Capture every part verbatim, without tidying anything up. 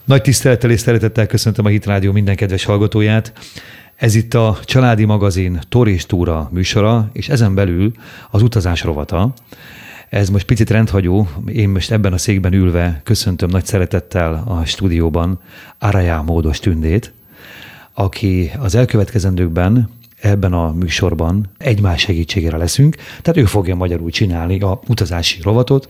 Nagy tisztelettel és szeretettel köszöntöm a Hit Rádió minden kedves hallgatóját. Ez itt a Családi Magazin Tor és Túra műsora, és ezen belül az utazás rovata. Ez most picit rendhagyó, én most ebben a székben ülve köszöntöm nagy szeretettel a stúdióban Araya Módos Tündét, aki az elkövetkezendőkben ebben a műsorban egymás segítségére leszünk, tehát ő fogja magyarul csinálni a utazási rovatot,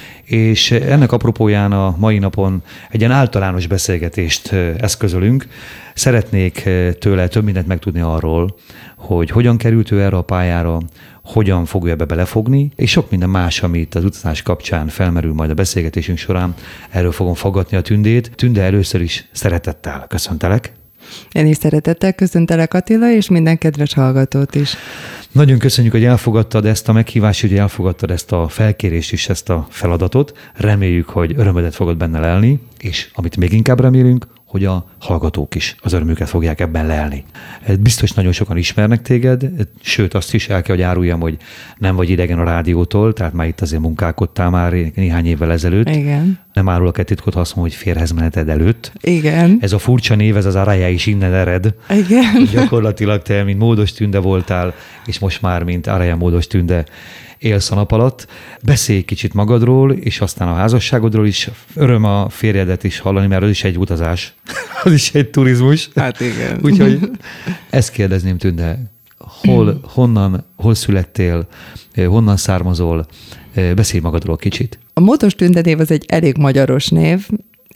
és ennek apropóján a mai napon egy ilyen általános beszélgetést eszközölünk. Szeretnék tőle több mindent megtudni arról, hogy hogyan került ő erre a pályára, hogyan fog ő ebbe belefogni, és sok minden más, amit az utazás kapcsán felmerül majd a beszélgetésünk során. Erről fogom faggatni a Tündét. Tünde, először is szeretettel köszöntelek. Én is szeretettel köszöntelek, Attila, és minden kedves hallgatót is. Nagyon köszönjük, hogy elfogadtad ezt a meghívást, hogy elfogadtad ezt a felkérést és ezt a feladatot. Reméljük, hogy örömödet fogod benne lelni, és amit még inkább remélünk, hogy a hallgatók is az örömüket fogják ebben lelni. Biztos nagyon sokan ismernek téged, sőt azt is el kell, hogy áruljam, hogy nem vagy idegen a rádiótól, tehát már itt azért munkálkodtál már néhány évvel ezelőtt. Igen. Nem árulok egy titkot, ha azt mondom, hogy férjhez meneted előtt. Igen. Ez a furcsa név, ez az Araya is innen ered. Igen. Gyakorlatilag te, mint Módos Tünde voltál, és most már, mint Araya Módos Tünde élsz a nap alatt. Beszélj kicsit magadról, és aztán a házasságodról is. Öröm a férjedet is hallani, mert az is egy utazás. Az is egy turizmus. Hát igen. Úgyhogy ezt kérdezném, Tünde, hol, honnan, hol születtél, honnan származol? Beszélj magadról kicsit. A Módos Tünde név az egy elég magyaros név,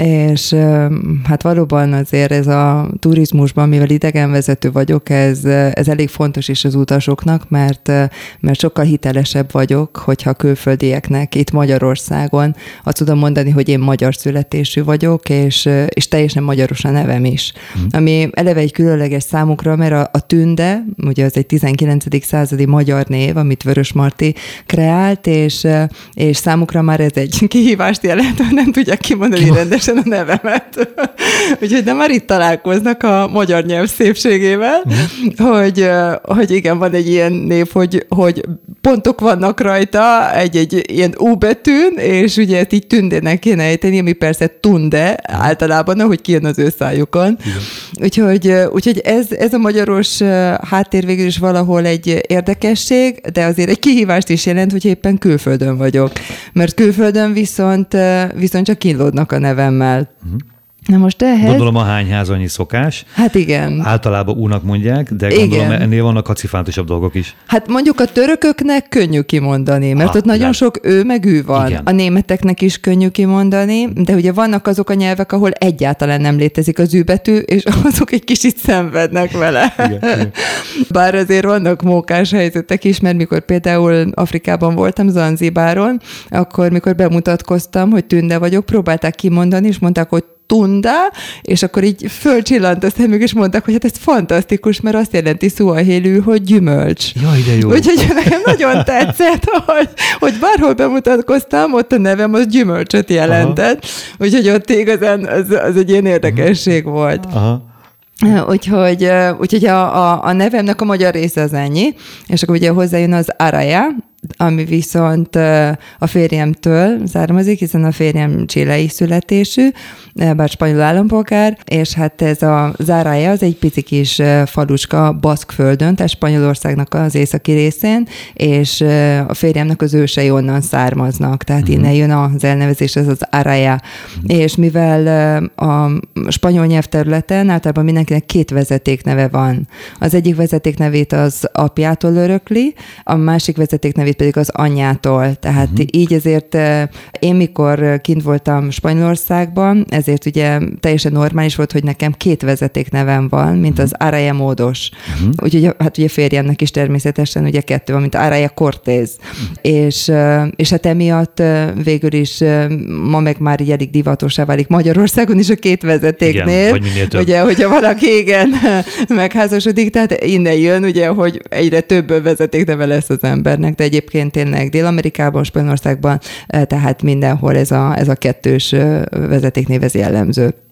és hát valóban azért ez a turizmusban, mivel idegenvezető vagyok, ez, ez elég fontos is az utasoknak, mert, mert sokkal hitelesebb vagyok, hogyha külföldieknek itt Magyarországon azt tudom mondani, hogy én magyar születésű vagyok, és, és teljesen magyaros a nevem is. Mm. Ami eleve egy különleges számukra, mert a, a Tünde, ugye az egy tizenkilencedik századi magyar név, amit Vörösmarty kreált, és, és számukra már ez egy kihívást jelent, nem tudják kimondani Ki? rendesen a nevemet. Úgyhogy de már itt találkoznak a magyar nyelv szépségével, mm. hogy, hogy igen, van egy ilyen név, hogy, hogy pontok vannak rajta, egy-egy ilyen U betűn, és ugye ezt így Tündének kéne ejteni, ami persze Tunde általában, ahogy kijön az ő szájukon. Úgyhogy, úgyhogy ez, ez a magyaros háttér végül is valahol egy érdekesség, de azért egy kihívást is jelent, hogy éppen külföldön vagyok. Mert külföldön viszont, viszont csak kínlódnak a nevemmel. Uh-huh. Na most ehhez... Gondolom a hányház annyi szokás. Hát igen. Általában únak mondják, de gondolom igen. Ennél vannak kacifántosabb dolgok is. Hát mondjuk a törököknek könnyű kimondani, mert ha, ott nagyon lehet. Sok ő meg ő van. Igen. A németeknek is könnyű kimondani, de ugye vannak azok a nyelvek, ahol egyáltalán nem létezik az ű-betű, és azok egy kicsit szenvednek vele. Igen, igen. Bár azért vannak mókás helyzetek is, mert mikor például Afrikában voltam, Zanzibáron, akkor mikor bemutatkoztam, hogy Tünde vagyok, próbálták kimondani, és mondták, hogy Tunda, és akkor így fölcsillant a szemük, és mondták, hogy hát ez fantasztikus, mert azt jelenti szuahélül, hogy gyümölcs. Jaj, de jó. Úgyhogy nekem nagyon tetszett, hogy, hogy bárhol bemutatkoztam, ott a nevem az gyümölcsöt jelentett. Aha. Úgyhogy ott igazán az, az egy ilyen érdekesség uh-huh. volt. Aha. Úgyhogy, úgyhogy a, a, a nevemnek a magyar része az ennyi, és akkor ugye hozzájön az Araya, ami viszont a férjemtől származik, hiszen a férjem chilei születésű, bár spanyol állampolgár, és hát ez a Araya az egy pici kis faluska Baszkföldön, tehát Spanyolországnak az északi részén, és a férjemnek az ősei onnan származnak, tehát uh-huh. innen jön az elnevezés, ez az Araya. Uh-huh. És mivel a spanyol nyelvterületen általában mindenkinek két vezetékneve van. Az egyik vezetéknevét az apjától örökli, a másik vezetéknevét pedig az anyjától. Tehát uh-huh. így ezért én mikor kint voltam Spanyolországban, ezért ugye teljesen normális volt, hogy nekem két vezetéknevem van, mint az Araya Módos. Uh-huh. Úgyhogy hát ugye férjemnek is természetesen ugye kettő van, mint Araya Cortéz. Uh-huh. És, és hát emiatt végül is ma meg már így elég divatosá válik Magyarországon is a két vezetéknél. Igen, ugye, hogyha valaki igen megházasodik, tehát innen jön, ugye, hogy egyre több vezetékneve lesz az embernek, de egyébként tényleg Dél-Amerikában, Spanyolországban, tehát mindenhol ez a, ez a kettős vezetéknév ez jellemző.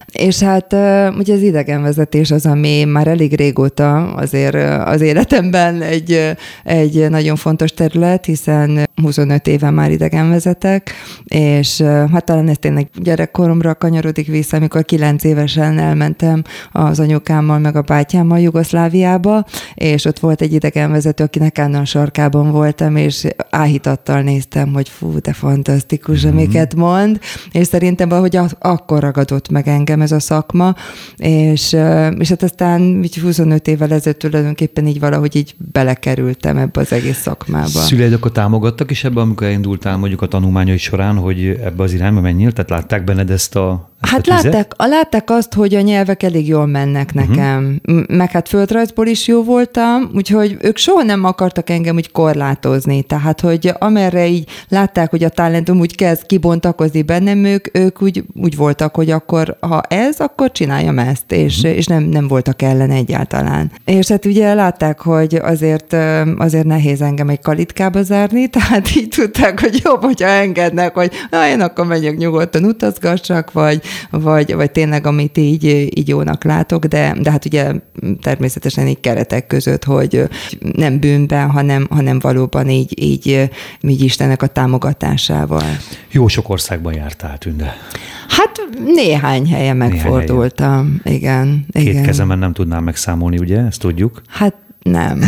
És hát ugye az idegenvezetés az, ami már elég régóta azért az életemben egy, egy nagyon fontos terület, hiszen huszonöt éve már idegenvezetek, és hát talán ez tényleg gyerekkoromra kanyarodik vissza, amikor kilenc évesen elmentem az anyukámmal meg a bátyámmal Jugoszláviába, és ott volt egy idegenvezető, akinek állandóan sarkában voltam, és áhítattal néztem, hogy fú, de fantasztikus, mm-hmm. amiket mond, és szerintem valahogy akkor ragadott meg engem ez a szakma, és, és hát aztán huszonöt évvel ezelőtt tulajdonképpen így valahogy így belekerültem ebbe az egész szakmába. Szüleid akkor támogattak is ebben, amikor elindultál mondjuk a tanulmányai során, hogy ebbe az irányba menjél? Tehát látták benned ezt a Ezt hát látták, látták azt, hogy a nyelvek elég jól mennek nekem, uh-huh. meg hát földrajzból is jó voltam, úgyhogy ők soha nem akartak engem úgy korlátozni, tehát hogy amerre így látták, hogy a talentum úgy kezd kibontakozni bennem, ők, ők úgy, úgy voltak, hogy akkor ha ez, akkor csináljam ezt, és, uh-huh. és nem, nem voltak ellen egyáltalán. És hát ugye látták, hogy azért, azért nehéz engem egy kalitkába zárni, tehát így tudták, hogy jobb, hogyha engednek, hogy na, én akkor megyek nyugodtan utazgassak, vagy Vagy, vagy tényleg, amit így, így jónak látok, de, de hát ugye természetesen így keretek között, hogy nem bűnben, hanem, hanem valóban így, így, így Istennek a támogatásával. Jó sok országban jártál, Tünde. Hát néhány helyen megfordultam, néhány helyen. igen. Két igen. kezemen nem tudnám megszámolni, ugye? Ezt tudjuk. Hát nem.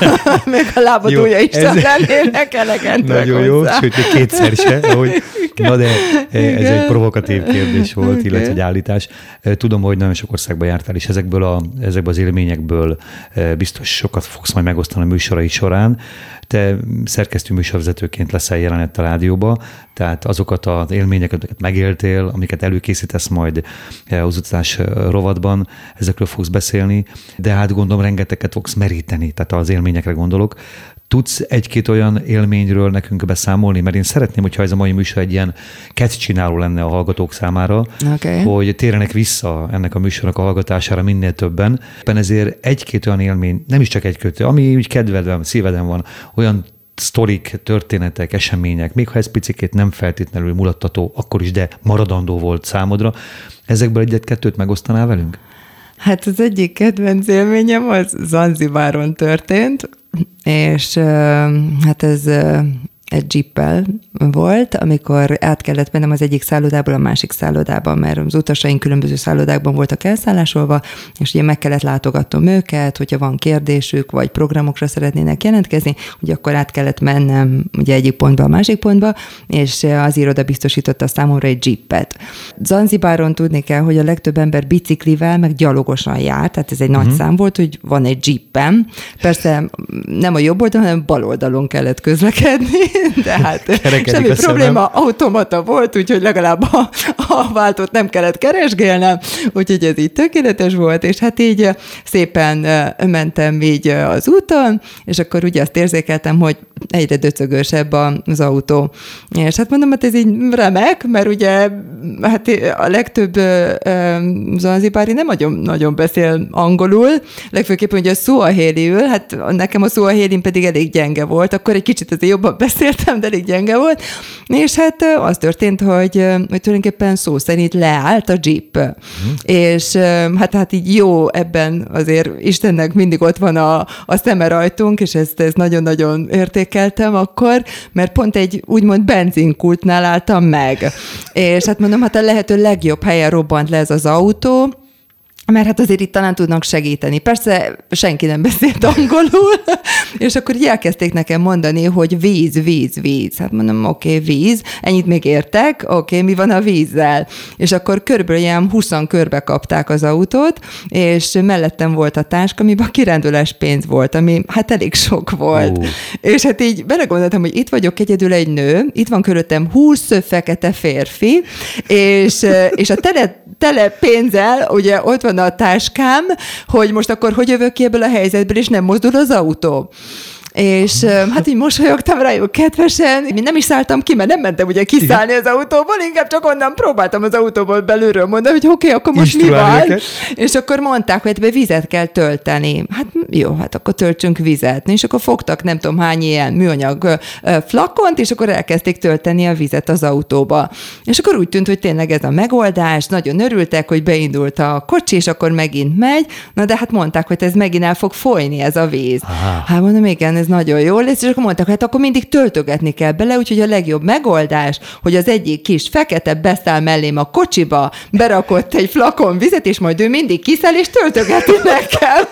Még a lábad ujja is sem lennének elegendőek. Nagyon jó, sőt, még kétszer se. Ahogy, na de ez igen. egy provokatív kérdés volt, okay. illetve egy állítás. Tudom, hogy nagyon sok országban jártál, és ezekből, a, ezekből az élményekből biztos sokat fogsz majd megosztani a műsorai során. Te szerkesztő műsorvezetőként leszel jelenet a rádióba, tehát azokat az élményeket, amiket megéltél, amiket előkészítesz majd az utazás rovatban, ezekről fogsz beszélni, de hát gondolom rengeteget fogsz meríteni, tehát az élményekre gondolok. Tudsz egy-két olyan élményről nekünk beszámolni? Mert én szeretném, hogyha ez a mai műsor egy ilyen kettcsináló lenne a hallgatók számára, okay. hogy térjenek vissza ennek a műsornak a hallgatására minél többen. Éppen ezért egy-két olyan élmény, nem is csak egy-két, ami úgy kedvedben, szíveden van, olyan sztorik, történetek, események, még ha ez picikét nem feltétlenül mulattató, akkor is, de maradandó volt számodra. Ezekből egyet-kettőt megosztanál velünk? Hát az egyik kedvenc élményem az Zanzibáron történt, és hát ez egy jeeppel volt, amikor át kellett mennem az egyik szállodából a másik szállodába, mert az utasaink különböző szállodákban voltak elszállásolva, és ugye meg kellett látogatnom őket, hogyha van kérdésük, vagy programokra szeretnének jelentkezni, ugye akkor át kellett mennem ugye egyik pontba a másik pontba, és az iroda biztosította számomra egy jeepet. Zanzibáron tudni kell, hogy a legtöbb ember biciklivel, meg gyalogosan jár, tehát ez egy uh-huh. nagy szám volt, hogy van egy jeepem. Persze nem a jobb oldalon, hanem bal oldalon kellett közlekedni, de hát kerekedik semmi probléma, automata volt, úgyhogy legalább a, a váltót nem kellett keresgélnem, úgyhogy ez így tökéletes volt, és hát így szépen mentem így az úton, és akkor ugye azt érzékeltem, hogy egyre döcögősebb az autó. És hát mondom, hát ez így remek, mert ugye hát a legtöbb zanzibári nem nagyon, nagyon beszél angolul, legfőképpen ugye a szuahéliül, hát nekem a szuahélin pedig elég gyenge volt, akkor egy kicsit azért jobban beszéltem, de elég gyenge volt, és hát az történt, hogy, hogy tulajdonképpen szó szerint leállt a jeep. Mm. És hát, hát így jó ebben azért Istennek mindig ott van a, a szeme rajtunk, és ezt, ezt nagyon-nagyon értékeltem akkor, mert pont egy úgymond benzinkultnál álltam meg. És hát mondom, hát a lehető legjobb helyen robbant le ez az autó, mert hát azért itt talán tudnak segíteni. Persze senki nem beszélt angolul, és akkor így elkezdték nekem mondani, hogy víz, víz, víz. Hát mondom, oké, okay, víz, ennyit még értek, oké, okay, mi van a vízzel? És akkor körülbelül ilyen húszan körbe kapták az autót, és mellettem volt a táska, amiben kirándulás pénz volt, ami hát elég sok volt. Uh. És hát így belegondoltam, hogy itt vagyok egyedül egy nő, itt van körülöttem húsz fekete férfi, és, és a tele, tele pénzzel, ugye ott van a táskám, hogy most akkor hogy jövök ki ebből a helyzetből, és nem mozdul az autó. És hát így mosolyogtam rájuk kedvesen, én nem is szálltam ki, mert nem mentem ugye kiszállni az autóból, inkább csak onnan próbáltam az autóból belülről mondani, hogy oké, okay, akkor most mi van? És akkor mondták, hogy ebbe vizet kell tölteni. Hát jó, hát akkor töltsünk vizet. És akkor fogtak nem tudom hány ilyen műanyag flakont, és akkor elkezdték tölteni a vizet az autóba. És akkor úgy tűnt, hogy tényleg ez a megoldás, nagyon örültek, hogy beindult a kocsi, és akkor megint megy, na de hát mondták, hogy ez megint el fog folyni ez a víz. Aha. Hát mondom, igen, ez nagyon jó lesz, és akkor mondták, hogy hát akkor mindig töltögetni kell bele, úgyhogy a legjobb megoldás, hogy az egyik kis fekete beszáll mellém a kocsiba, berakott egy flakon vizet, és majd ő mindig kiszáll, és töltögeti nekem.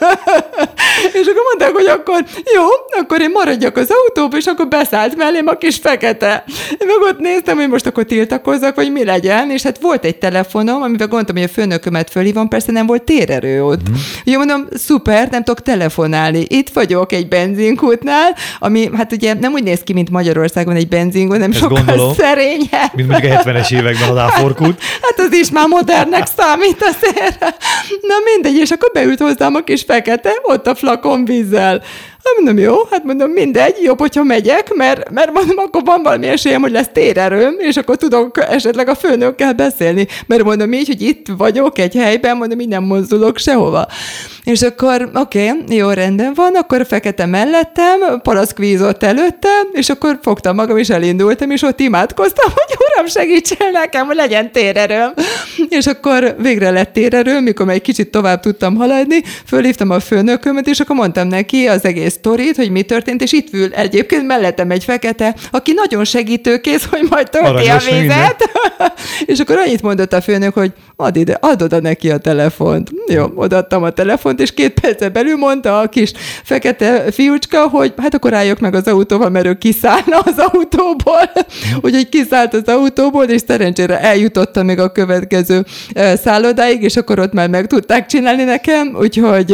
És akkor mondták, hogy akkor jó, akkor én maradjak az autóba, és akkor beszállt mellém a kis fekete. Én meg ott néztem, hogy most akkor tiltakozzak, vagy mi legyen, és hát volt egy telefonom, amivel gondoltam, hogy a főnökömet fölhívom, persze nem volt térerő ott. Mm. Ugye mondom, szuper, nem tudok telefonálni. Itt vagyok egy benzinkútnál, ami hát ugye nem úgy néz ki, mint Magyarországon egy benzinkút, nem ezt sokkal gondolom, szerényebb. Mint mondjuk a hetvenes években az áforkút. Hát az is már modernnek számít azért. Na mindegy, és akkor beült hozzám a kis fekete, ott a flakon vízzel. Hát mondom, jó, hát mondom, mindegy, jobb, hogyha megyek, mert, mert mondom, akkor van valami esélyem, hogy lesz térerőm, és akkor tudok esetleg a főnökkel beszélni. Mert mondom így, hogy itt vagyok egy helyben, mondom, így nem mozdulok sehova. És akkor, oké, okay, jó, rendben van, akkor a fekete mellettem, palackvíz ott előttem, és akkor fogtam magam, és elindultam, és ott imádkoztam, hogy uram, segítsél nekem, hogy legyen térerőm. És akkor végre lett térerőm, mikor már egy kicsit tovább tudtam haladni, fölhívtam a főnökömet, és akkor mondtam neki az egész sztorit, hogy mi történt, és itt ül egyébként mellettem egy fekete, aki nagyon segítőkész, hogy majd tölti a vizet. És akkor annyit mondott a főnök, hogy add ide, add oda neki a telefont. Jó, odaadtam a telefont, és két percen belül mondta a kis fekete fiúcska, hogy hát akkor álljak meg az autóval, mert ő kiszállna az autóból. Úgyhogy kiszállt az autóból, és szerencsére eljutottam még a következő szállodáig, és akkor ott már meg tudták csinálni nekem, úgyhogy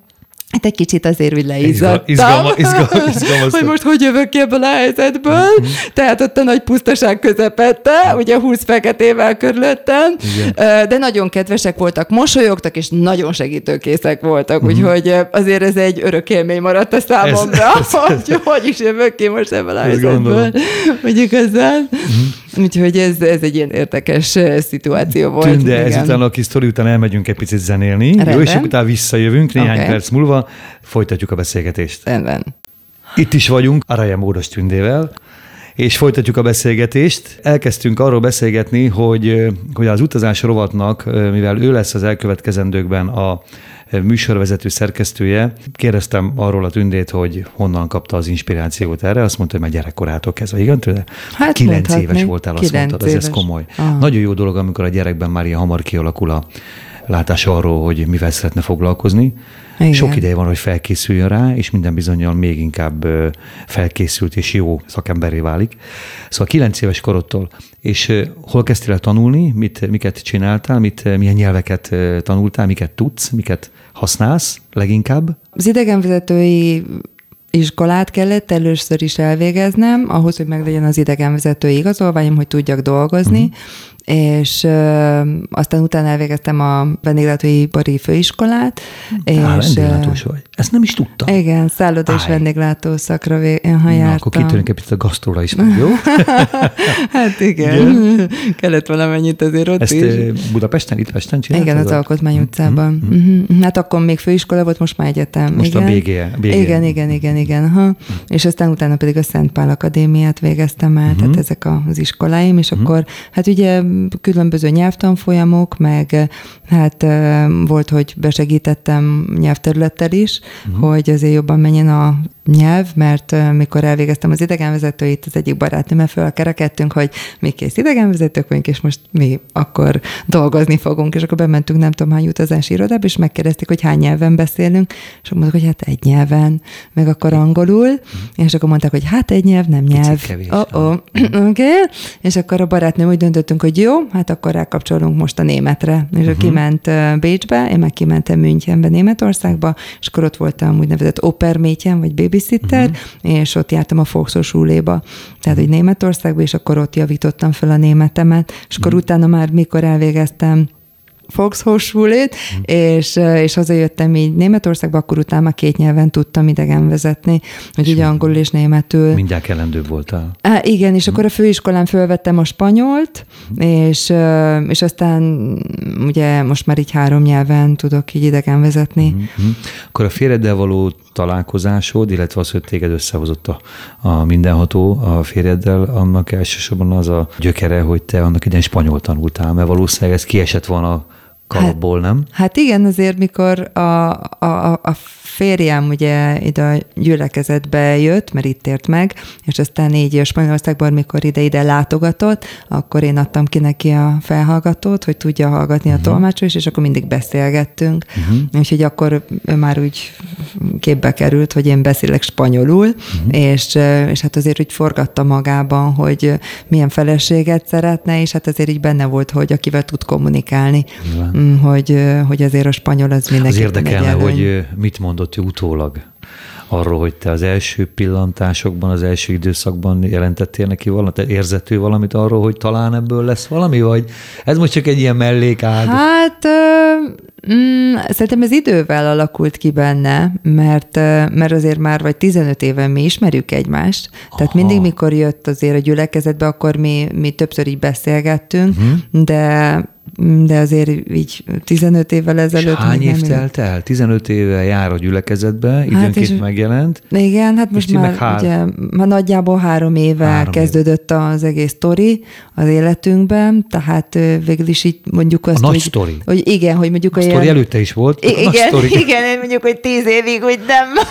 hát egy kicsit azért úgy leizzadtam, izgalma, izgalma, izgalma, hogy most hogy jövök ki ebből a helyzetből. Uh-huh. Tehát ott a nagy pusztaság közepette, ugye húsz feketével körülöttem, igen. De nagyon kedvesek voltak, mosolyogtak, és nagyon segítőkészek voltak, uh-huh. úgyhogy azért ez egy örök élmény maradt a számomra, ez, ez, ez, hogy hogy is jövök ki most ebből a helyzetből. Hogy igazán. Uh-huh. Úgyhogy ez, ez egy ilyen érdekes szituáció volt. Tünde, ezután a kis sztori után elmegyünk egy picit zenélni, jó, és utána visszajövünk néhány okay. perc múlva, folytatjuk a beszélgetést. Rendben. Itt is vagyunk Araja Módos Tündével, és folytatjuk a beszélgetést. Elkezdtünk arról beszélgetni, hogy, hogy az utazás rovatnak, mivel ő lesz az elkövetkezendőkben a műsorvezető szerkesztője, kérdeztem arról a Tündét, hogy honnan kapta az inspirációt erre, azt mondta, hogy már gyerekkorától kezdve. Igen tőle? Hát kilenc éves voltál, azt mondtad, ez, ez komoly. Aha. Nagyon jó dolog, amikor a gyerekben már ilyen hamar kialakul a látás arról, hogy mivel szeretne foglalkozni. Igen. Sok ideje van, hogy felkészüljön rá, és minden bizonnyal még inkább felkészült és jó szakemberré válik. Szóval kilenc éves korodtól. És hol kezdtél el tanulni? Mit, miket csináltál? Mit, milyen nyelveket tanultál? Miket tudsz? Miket használsz leginkább? Az idegenvezetői iskolát kellett először is elvégeznem, ahhoz, hogy meglegyen az idegenvezetői igazolványom, hogy tudjak dolgozni, uh-huh. és ö, aztán utána elvégeztem a vendéglátóipari főiskolát. Á, és, vendéglátós vagy. Ezt nem is tudtam. Igen, szállodai és vendéglátó szakra vé- ha Na, jártam. akkor kitörünk egy picit a gasztróra is, jó? Hát igen. igen. Kellett valamennyit azért ott Ezt is. Budapesten, itt Pesten csináltad? Igen, az Alkotmány utcában. Mm-hmm. Hát akkor még főiskola volt, most már egyetem. Most igen. a bé gé. bé gé. Igen, igen, igen, igen. Ha. Mm. És aztán utána pedig a Szent Pál Akadémiát végeztem el, mm-hmm. tehát ezek az iskoláim, és mm-hmm. akkor hát ugye különböző nyelvtanfolyamok, meg hát volt, hogy besegítettem nyelvterülettel is, uh-huh. hogy azért jobban menjen a nyelv, mert mikor elvégeztem az idegenvezetőit, az egyik barátnőmmel fölkerekedtünk, hogy mi kész idegenvezetők vagyunk, és most mi akkor dolgozni fogunk, és akkor bementünk nem tudom hány utazási irodába, és megkérdezték, hogy hány nyelven beszélünk, és akkor mondtuk, hogy hát egy nyelven, meg akkor angolul, uh-huh. és akkor mondták, hogy hát egy nyelv, nem nyelv. Oh, oh. uh-huh. Oké, okay. És akkor a barátnőm úgy döntöttünk, hogy jó, hát akkor rákapcsolunk most a németre. És uh-huh. kiment Bécsbe, én meg kimentem Münchenbe, Németországba, és akkor ott voltam úgynevezett opermétjen, vagy babysitter, uh-huh. és ott jártam a Volkshochschuléba. Tehát, hogy Németországba, és akkor ott javítottam fel a németemet, és akkor uh-huh. utána már, mikor elvégeztem Volkshochschulét, mm. és, és hazajöttem így Németországba, akkor utána már két nyelven tudtam idegen vezetni, hogy ugye angolul és németül. Mindjárt kellendő voltál. Há, igen, és mm. akkor a főiskolán fölvettem a spanyolt, mm. és, és aztán ugye most már így három nyelven tudok így idegen vezetni. Mm-hmm. Akkor a férjeddel való találkozásod, illetve az, hogy téged összehozott a, a mindenható a férjeddel, annak elsősorban az a gyökere, hogy te annak idején spanyol tanultál, mert valószínűleg ez kiesett volna kalapból, nem? Hát, hát igen, azért mikor a, a, a férjem ugye ide a gyülekezetbe jött, mert itt ért meg, és aztán így Spanyolországban, mikor ide-ide látogatott, akkor én adtam ki neki a felhallgatót, hogy tudja hallgatni uh-huh. a tolmácsos, és akkor mindig beszélgettünk. Uh-huh. Úgyhogy akkor ő már úgy képbe került, hogy én beszélek spanyolul, uh-huh. és, és hát azért úgy forgatta magában, hogy milyen feleséget szeretne, és hát azért így benne volt, hogy akivel tud kommunikálni, uh-huh. hogy, hogy azért a spanyol az mindenki. Az érdekelne, hogy mit mondott utólag arról, hogy te az első pillantásokban, az első időszakban jelentettél neki valamit, érzett ő valamit arról, hogy talán ebből lesz valami, vagy ez most csak egy ilyen mellékág? Hát mm, szerintem ez idővel alakult ki benne, mert, mert azért már vagy tizenöt éve mi ismerjük egymást, tehát Aha. mindig, mikor jött azért a gyülekezetbe, akkor mi, mi többször így beszélgettünk, uh-huh. de de azért így tizenöt évvel ezelőtt... És hány év telt el? tizenöt éve jár a gyülekezetbe, időnként hát megjelent. Igen, hát most már, hár... ugye, már nagyjából három éve három kezdődött év. Az egész sztori az életünkben, tehát végül is így mondjuk azt, a hogy... nagy sztori. Hogy igen, hogy mondjuk... A sztori előtte is volt. I- igen, igen, én mondjuk, hogy tíz évig úgy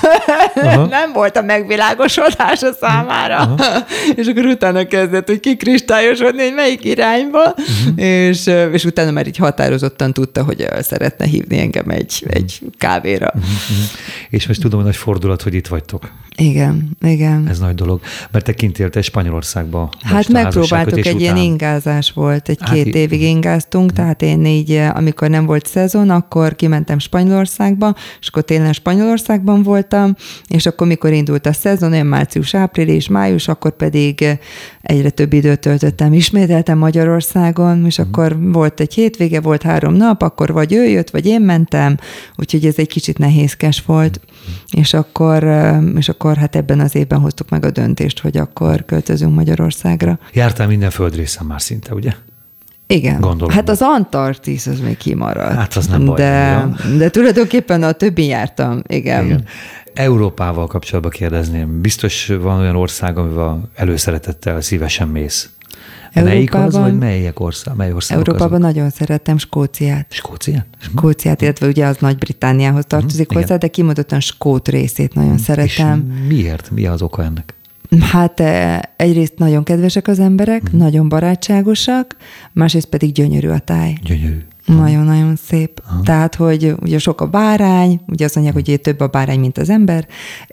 nem, nem volt a megvilágosodása számára. Aha. És akkor utána kezdett, hogy kikristályosodni, hogy melyik irányba, uh-huh. és, és utána már így határozottan tudta, hogy szeretne hívni engem egy, egy kávéra. Uh-huh. És most tudom, hogy nagy fordulat, hogy itt vagytok. Igen, igen. Ez nagy dolog. Mert te kint éltél Spanyolországba. Hát megpróbáltuk, egy után. Ilyen ingázás volt, egy hát két í- évig ingáztunk, tehát én így, amikor nem volt szezon, akkor kimentem Spanyolországba, és akkor tényleg Spanyolországban voltam, és akkor mikor indult a szezon, én március, április, május, akkor pedig egyre több időt töltöttem, ismételtem Magyarországon, és akkor volt egy hétvége, volt három nap, akkor vagy ő jött, vagy én mentem, úgyhogy ez egy kicsit nehézkes volt, és akkor, és akkor hát ebben az évben hoztuk meg a döntést, hogy akkor költözünk Magyarországra. Jártál minden földrészen már szinte, ugye? Igen. Gondolom. Hát az Antarktisz az még kimaradt. Hát az nem baj. De, de tulajdonképpen a többi jártam, igen. igen. Európával kapcsolatban kérdezném. Biztos van olyan ország, amivel előszeretettel szívesen mész. Melyik az, vagy melyik ország? Mely országok Európában azok? Nagyon szeretem Skóciát. Skóciát? Skóciát, illetve ugye az Nagy-Britanniához tartozik hmm, hozzá, de kimondottan skót részét nagyon hmm. szeretem. És miért? Mi az oka ennek? Hát egyrészt nagyon kedvesek az emberek, hmm. nagyon barátságosak, másrészt pedig gyönyörű a táj. Gyönyörű. Nagyon-nagyon szép. Aha. Tehát, hogy ugye sok a bárány, ugye azt mondják, hogy több a bárány, mint az ember,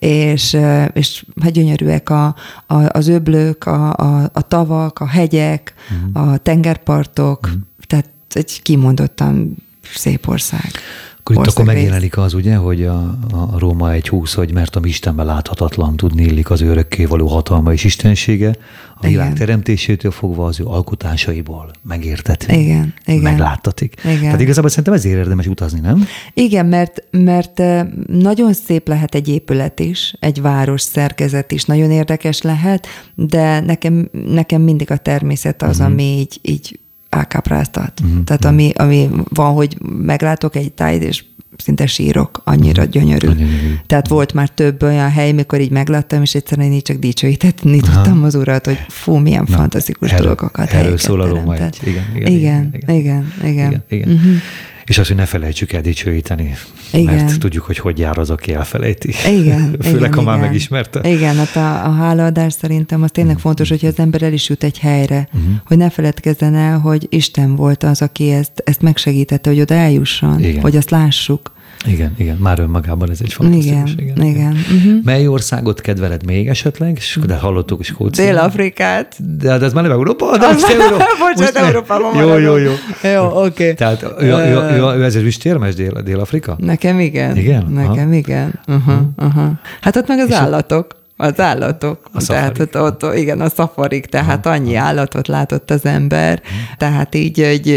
és, és hát gyönyörűek a, a, az öblök, a, a, a tavak, a hegyek, uh-huh. a tengerpartok, uh-huh. tehát egy kimondottan szép ország. Akkor itt akkor megjelenik az, ugye, hogy a, a Róma egy húsz, hogy mert a Istenben láthatatlan tudni illik az ő örökkévaló hatalma és istensége, a igen. világ teremtésétől fogva az ő alkotásaiból megértetni, igen, igen. megláttatik. Igen. Tehát igazából szerintem ezért érdemes utazni, nem? Igen, mert, mert nagyon szép lehet egy épület is, egy város szerkezet is, nagyon érdekes lehet, de nekem, nekem mindig a természet az, uh-huh. ami így, így elkápráztat. Uh-huh. Tehát ami, ami van, hogy meglátok egy tájt, és szinte sírok, annyira uh-huh. gyönyörű. Uh-huh. Tehát volt már több olyan hely, mikor így megláttam, és egyszerűen így csak dicsőítetni uh-huh. tudtam az urat, hogy fú, milyen Na, fantasztikus erről, dolgokat erről szól a Róma egy. Igen, igen, igen, igen. igen, igen. igen, igen. Uh-huh. És azt, hogy ne felejtsük el dicsőíteni, igen. mert tudjuk, hogy hogy jár az, aki elfelejti. Igen. Főleg, igen, ha már igen. megismerte. Igen, hát a, a hálaadás szerintem az tényleg fontos, hogyha az ember el is jut egy helyre, uh-huh. hogy ne feledkezzen el, hogy Isten volt az, aki ezt, ezt megsegítette, hogy oda eljusson, igen. hogy azt lássuk. Igen, igen, már önmagában ez egy fantasztikus. Igen, igen. igen. Uh-huh. Mely országot kedveled még esetleg? De hallottuk is Skóciát. Dél-Afrikát. De, de ez már nem Európa? De most Európa. Bocsánat, Európában jó, jó, jó. Jó, oké. Okay. Tehát ő, ő, ő, ő ezért üstérmes Dél, Dél-Afrika? Nekem igen. Igen? Nekem Aha. igen. Uh-huh, uh-huh. Hát ott meg az És állatok. Az állatok. A tehát ott, ott, igen, a szafarik, tehát Aha. annyi állatot látott az ember. Tehát így egy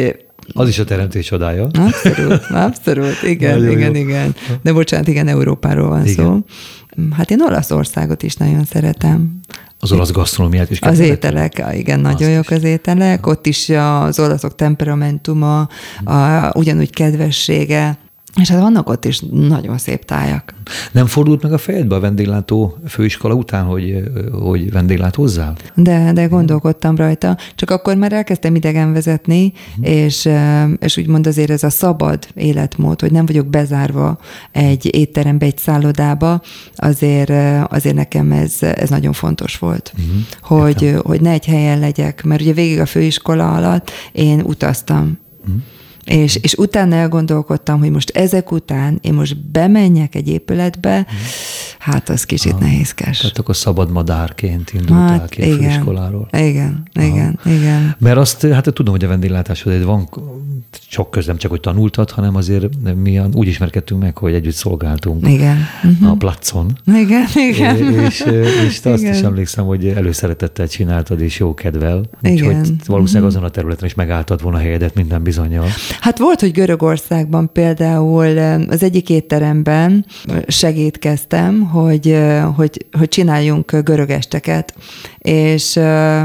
Az is a teremtés csodája. Abszolút, abszolút, igen, Nagyon igen, jó. igen. De bocsánat, igen, Európáról van igen. szó. Hát én Olaszországot is nagyon szeretem. Az olasz gasztronómiát is. Az ételek, igen, nagyon Azt jók is. Az ételek. Ott is az olaszok temperamentuma, a, ugyanúgy kedvessége, és hát vannak ott is nagyon szép tájak. Nem fordult meg a fejedbe a vendéglátó főiskola után, hogy, hogy vendéglátózzál? De, de gondolkodtam rajta, csak akkor már elkezdtem idegen vezetni, uh-huh. és, és úgymond azért ez a szabad életmód, hogy nem vagyok bezárva egy étterembe, egy szállodába, azért, azért nekem ez, ez nagyon fontos volt, uh-huh. hogy, hogy ne egy helyen legyek, mert ugye végig a főiskola alatt én utaztam. Uh-huh. És, és utána elgondolkodtam, hogy most ezek után én most bemenjek egy épületbe, hmm. hát az kicsit ah, nehézkes. Tehát akkor szabad madárként indultál hát, ki a igen, főiskoláról. Igen, Aha. igen, igen. Mert azt, hát tudom, hogy a vendéglátáshoz van sok közlem, csak hogy tanultad, hanem azért mi úgy ismerkedtünk meg, hogy együtt szolgáltunk igen. a placon. Igen, igen. És, és te azt igen. is emlékszem, hogy előszeretettel csináltad, és jó kedvel. Igen. Úgyhogy valószínűleg azon a területen is megálltad volna a helyedet minden bizonnyal. Hát volt, hogy Görögországban például az egyik étteremben segítkeztem, hogy, hogy, hogy csináljunk görög esteket, és,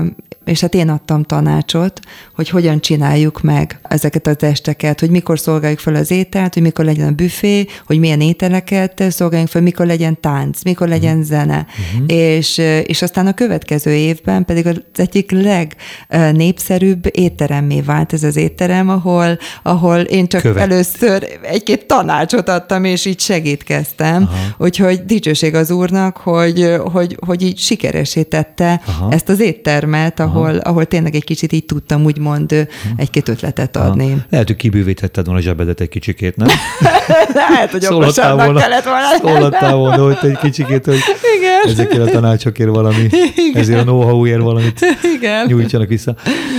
és hát én adtam tanácsot, hogy hogyan csináljuk meg ezeket az esteket, hogy mikor szolgáljuk fel az ételt, hogy mikor legyen a büfé, hogy milyen ételeket szolgáljunk fel, mikor legyen tánc, mikor legyen zene. Uh-huh. És, és aztán a következő évben pedig az egyik legnépszerűbb étteremmé vált ez az étterem, ahol, ahol én csak Követ. először egy-két tanácsot adtam, és így segítkeztem. Aha. Úgyhogy dicsőség az Úrnak, hogy, hogy, hogy így sikeresé tette Aha. ezt az éttermet, ahol, ahol tényleg egy kicsit így tudtam úgy mond egy-két ötletet adni. Aha. Lehet, hogy kibővítetted volna a zsebedet egy kicsikét, nem? Lehet, hogy okosabbnak kellett volna. Szólottál volna, hogy egy kicsikét, hogy igen. ezekért a tanácsokért valami, igen. ezért a know-howért valamit igen. nyújtsanak vissza.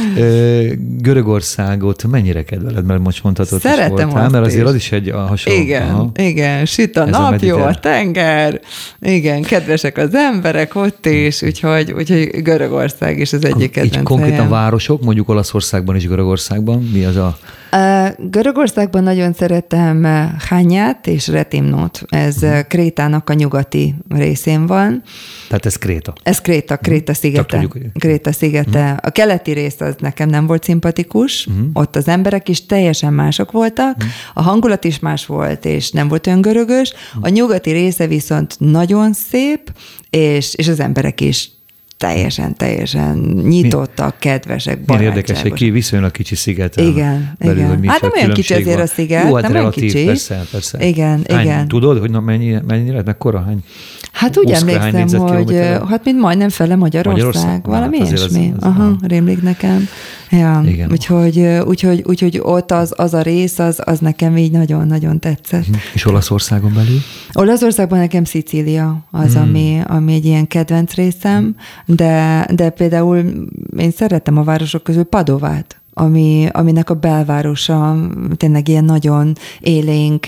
Görögországot mennyire kedveled? Mert most mondhatod, Szeretem is voltál, mert azért az is egy hasonló. Igen, aha. igen, süt a Ez nap, a jó a tenger, igen, kedvesek az emberek ott is, úgyhogy, úgyhogy Görögország is az egyik kedvenc Így konkrétan városok, mondjuk Olaszországban és Görögországban, mi az a... Görögországban nagyon szeretem Hányát és Retimnót. Ez uh-huh. Krétának a nyugati részén van. Tehát ez Kréta. Ez Kréta, Kréta szigete. Tudjuk, hogy... Kréta szigete. Uh-huh. A keleti rész az nekem nem volt szimpatikus. Uh-huh. Ott az emberek is teljesen mások voltak. Uh-huh. A hangulat is más volt, és nem volt olyan görögös. Uh-huh. A nyugati része viszont nagyon szép, és, és az emberek is teljesen, teljesen nyitottak, mi, kedvesek, barátságos. Milyen érdekes, hogy ki viszonylag kicsi sziget. Igen, belül, igen. Hát nem olyan kicsi azért a sziget, Jó, hát nem relatív, olyan kicsi. Persze, persze. Igen, hány, igen. Tudod, hogy na, mennyi, mennyi lett, mekkora, hány? Hát úgy emlékszem, hogy hát mint majdnem fele Magyarország, Magyarország? valami hát ilyesmi. Az, az, Aha, az, rémlik nekem. Ja, igen. Úgyhogy, úgyhogy, úgyhogy ott az, az a rész, az, az nekem így nagyon-nagyon tetszett. És Olaszországon belül? Olaszországban nekem Szicília az, hmm. ami, ami egy ilyen kedvenc részem, de, de például én szeretem a városok közül Padovát, ami, aminek a belvárosa tényleg ilyen nagyon élénk,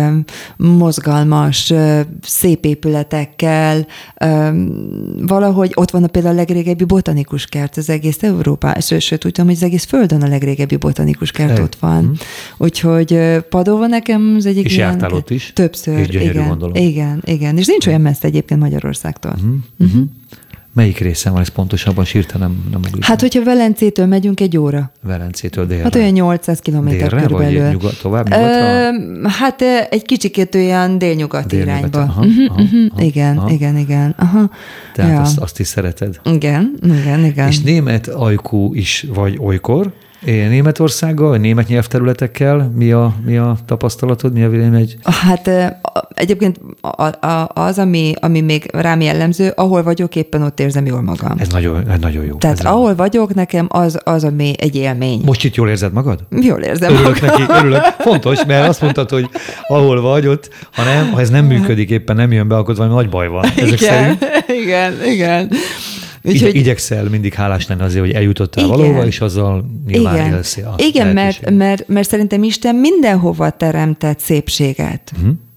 mozgalmas, szép épületekkel. Valahogy ott van a például a legrégebbi botanikus kert az egész Európában, sőt, sőt úgy tudom, hogy az egész Földön a legrégebbi botanikus kert ott van. Mm. Úgyhogy Padova nekem az egyik és ilyen... És jártál ott is? Többször, és gyönyörű, igen. Gondolom. Igen, igen. És nincs olyan messze egyébként Magyarországtól. Mm-hmm. Mm-hmm. Melyik részen van ez pontosabban? Sírta nem, nem Hát, hogyha Velencétől megyünk egy óra. Velencétől délre. Hát olyan nyolcszáz kilométer körülbelül. Délre, vagy nyugat, tovább nyugatra? Ö, hát egy kicsikét olyan délnyugat irányba. Aha, uh-huh, aha, uh-huh. aha, igen, aha. igen, igen. Aha. Tehát ja. azt, azt is szereted. Igen, igen, igen. És német ajkú is vagy olykor? Németországgal, német nyelvterületekkel mi a, mi a tapasztalatod, mi a vélemény? Hát egyébként az, ami, ami még rám jellemző, ahol vagyok, éppen ott érzem jól magam. Ez nagyon, ez nagyon jó. Tehát ez ahol nem... vagyok, nekem az, az, ami egy élmény. Most itt jól érzed magad? Jól érzem örülök magam. Neki, örülök. Fontos, mert azt mondtad, hogy ahol vagy ott, ha, nem, ha ez nem működik, éppen nem jön be, akkor valami nagy baj van. Ezek igen, szerint. igen, igen. Úgyhogy... Igyekszel mindig hálás lenni azért, hogy eljutottál igen. valahova, és azzal nyilván igen. élsz a Igen, mert, mert, mert szerintem Isten mindenhova teremtett szépséget. Uh-huh.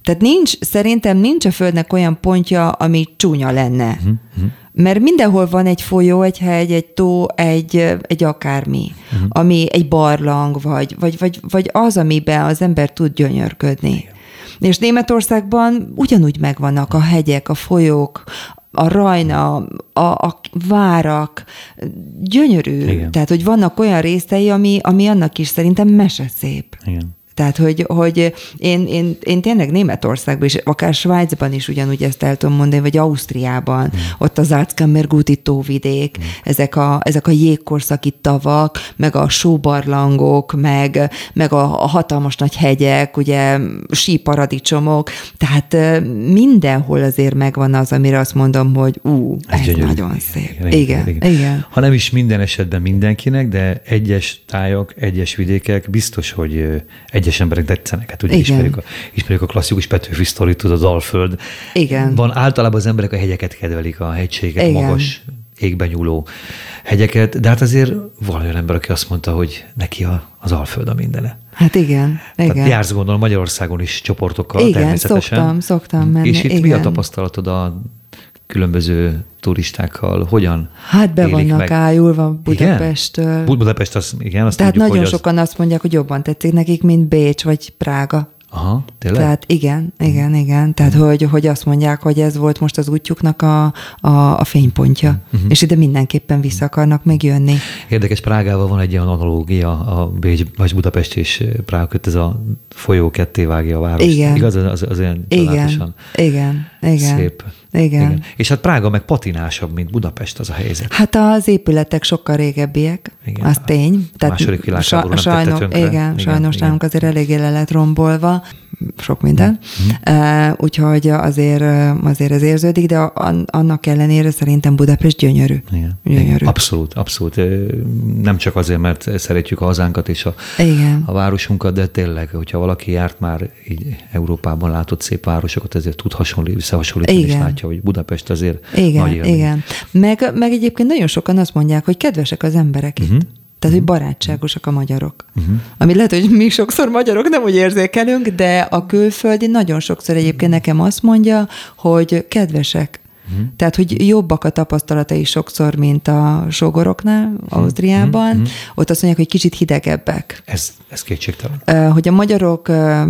Tehát nincs, szerintem nincs a Földnek olyan pontja, ami csúnya lenne. Uh-huh. Mert mindenhol van egy folyó, egy hegy, egy tó, egy, egy akármi, uh-huh. ami egy barlang, vagy, vagy, vagy, vagy az, amiben az ember tud gyönyörködni. Igen. És Németországban ugyanúgy megvannak a hegyek, a folyók, a Rajna, a, a várak, gyönyörű. Igen. Tehát, hogy vannak olyan részei, ami, ami annak is szerintem meseszép. Igen. Tehát, hogy, hogy én, én, én tényleg Németországban, és akár Svájcban is ugyanúgy ezt el tudom mondani, vagy Ausztriában, mm. ott az Salzkammerguti tóvidék, mm. ezek, a, ezek a jégkorszaki tavak, meg a sóbarlangok, meg, meg a, a hatalmas nagy hegyek, ugye síparadicsomok, tehát mindenhol azért megvan az, amire azt mondom, hogy ú, ez, ez nagyon szép. Igen, igen, igen. igen. Ha nem is minden esetben mindenkinek, de egyes tájak, egyes vidékek biztos, hogy egy egyes emberek tetszenek. Hát ugye ismerjük a, ismerjük a klasszikus Petőfi sztorit, tudod, az Alföld. Igen. Van általában az emberek a hegyeket kedvelik, a hegységet, igen. magas, égben nyúló hegyeket, de hát azért van olyan ember, aki azt mondta, hogy neki a, az Alföld a mindene. Hát igen, igen. Tehát jársz gondolom Magyarországon is csoportokkal igen, természetesen. szoktam, szoktam menni. És itt igen. mi a tapasztalatod a különböző turistákkal? Hogyan Hát be vannak meg? ájulva Budapesttől. Budapest, az, igen, azt Tehát tudjuk, nagyon hogy az... sokan azt mondják, hogy jobban tetszik nekik, mint Bécs vagy Prága. Aha, tényleg? Tehát igen, igen, igen. Tehát, hmm. hogy, hogy azt mondják, hogy ez volt most az útjuknak a, a, a fénypontja. Uh-huh. És ide mindenképpen vissza akarnak még jönni. Érdekes, Prágával van egy olyan analógia, a Bécs, vagy Budapest és Prága között, ez a folyó ketté vágja a várost. Igen. Igaz? Az, az olyan igen. igen, igen. Szép. Igen. igen. És hát Prága meg patinásabb, mint Budapest, az a helyzet. Hát az épületek sokkal régebbiek, igen, az tény. A második világháború nem sajnos, tette tönkre. Igen, igen, sajnos igen. nálunk azért eléggé le lett rombolva, sok minden. Mm. Uh, úgyhogy azért, azért ez érződik, de annak ellenére szerintem Budapest gyönyörű. Igen. gyönyörű. Igen. Abszolút, abszolút. Nem csak azért, mert szeretjük a hazánkat és a, a városunkat, de tényleg, hogyha valaki járt már így Európában látott szép városokat, ezért tud hasonlítani, összehasonlítani, és látja, hogy Budapest azért igen, nagy élmény. Igen, meg, meg egyébként nagyon sokan azt mondják, hogy kedvesek az emberek uh-huh. itt. Tehát, hogy barátságosak a magyarok. Uh-huh. Ami lehet, hogy mi sokszor magyarok nem úgy érzékelünk, de a külföldi nagyon sokszor egyébként nekem azt mondja, hogy kedvesek. Uh-huh. Tehát, hogy jobbak a tapasztalatai sokszor, mint a sógoroknál, uh-huh. Ausztriában. Uh-huh. Ott azt mondják, hogy kicsit hidegebbek. Ez, ez kétségtelen. Hogy a magyarok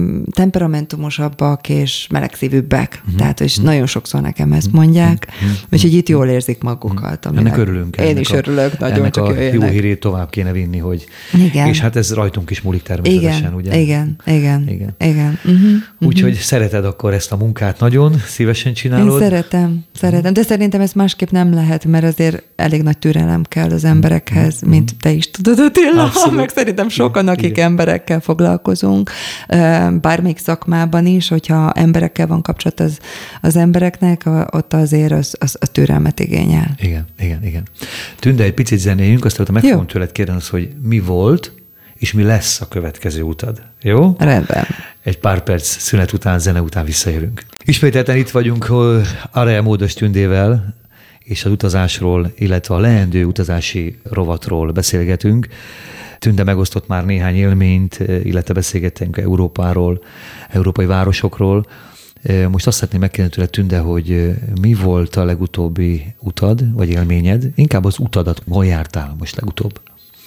temperamentumosabbak és melegszívűbbek. Uh-huh. Tehát, és uh-huh. nagyon sokszor nekem ezt mondják. Uh-huh. Úgyhogy itt jól érzik magukat. Uh-huh. Ennek örülünk. Én ennek is a, örülök nagyon, ennek csak a jöjjenek. jó hírét tovább kéne vinni, hogy... Igen. És hát ez rajtunk is múlik természetesen, igen, ugye? Igen, igen, igen. igen. Uh-huh. Úgyhogy uh-huh. szereted akkor ezt a munkát nagyon, szívesen csinálod? Én szeretem. Szeretem, de szerintem ez másképp nem lehet, mert azért elég nagy türelem kell az emberekhez, mint te is tudod, Attila, meg szerintem sokan, akik igen. emberekkel foglalkozunk, bármelyik szakmában is, hogyha emberekkel van kapcsolat az, az embereknek, ott azért az, az a türelmet igényel. Igen, igen, igen. Tünde, egy picit zenéljünk, aztán meg fogom tőled kérni azt, hogy mi volt, és mi lesz a következő utad. Jó? Rendben. Egy pár perc szünet után, zene után visszajövünk. Ismételten itt vagyunk Areja Módos Tündével, és az utazásról, illetve a leendő utazási rovatról beszélgetünk. Tünde megosztott már néhány élményt, illetve beszélgettünk Európáról, európai városokról. Most azt szeretném megkérdezni tőle, Tünde, hogy mi volt a legutóbbi utad, vagy élményed? Inkább az utadat, hol jártál most legutóbb?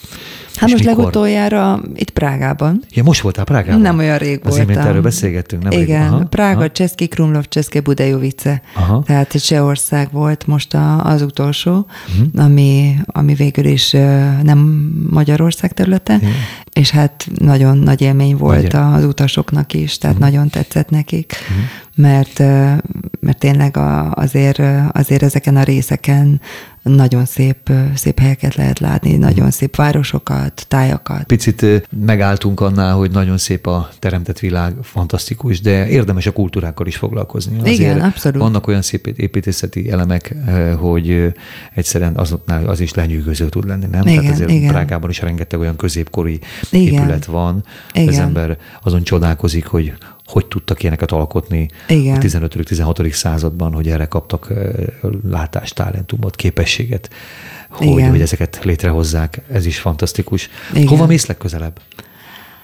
Hát most legutoljára itt Prágában. Ja, most voltál Prágában? Nem olyan rég voltam. Azért, erről beszélgettünk, nem? Igen, aha, Prága, aha. Český Krumlov, České Budějovice. Aha. Tehát Csehország volt most a, az utolsó, uh-huh. ami, ami végül is nem Magyarország területe, igen. És hát nagyon nagy élmény volt Magyar. Az utasoknak is, tehát uh-huh. nagyon tetszett nekik, uh-huh. mert, mert tényleg azért, azért ezeken a részeken nagyon szép, szép helyeket lehet látni, nagyon szép városokat, tájakat. Picit megálltunk annál, hogy nagyon szép a teremtett világ, fantasztikus, de érdemes a kultúrákkal is foglalkozni. Azért igen, abszolút. Vannak olyan szép építészeti elemek, hogy egyszerűen azoknál az is lenyűgöző tud lenni, nem? Igen, Tehát azért igen. Prágában is rengeteg olyan középkori igen. épület van. Igen. Az ember azon csodálkozik, hogy hogy tudtak ilyeneket alkotni igen. a tizenötödik-tizenhatodik században, hogy erre kaptak látástalentumot, képességet, hogy, hogy ezeket létrehozzák. Ez is fantasztikus. Igen. Hova mész legközelebb?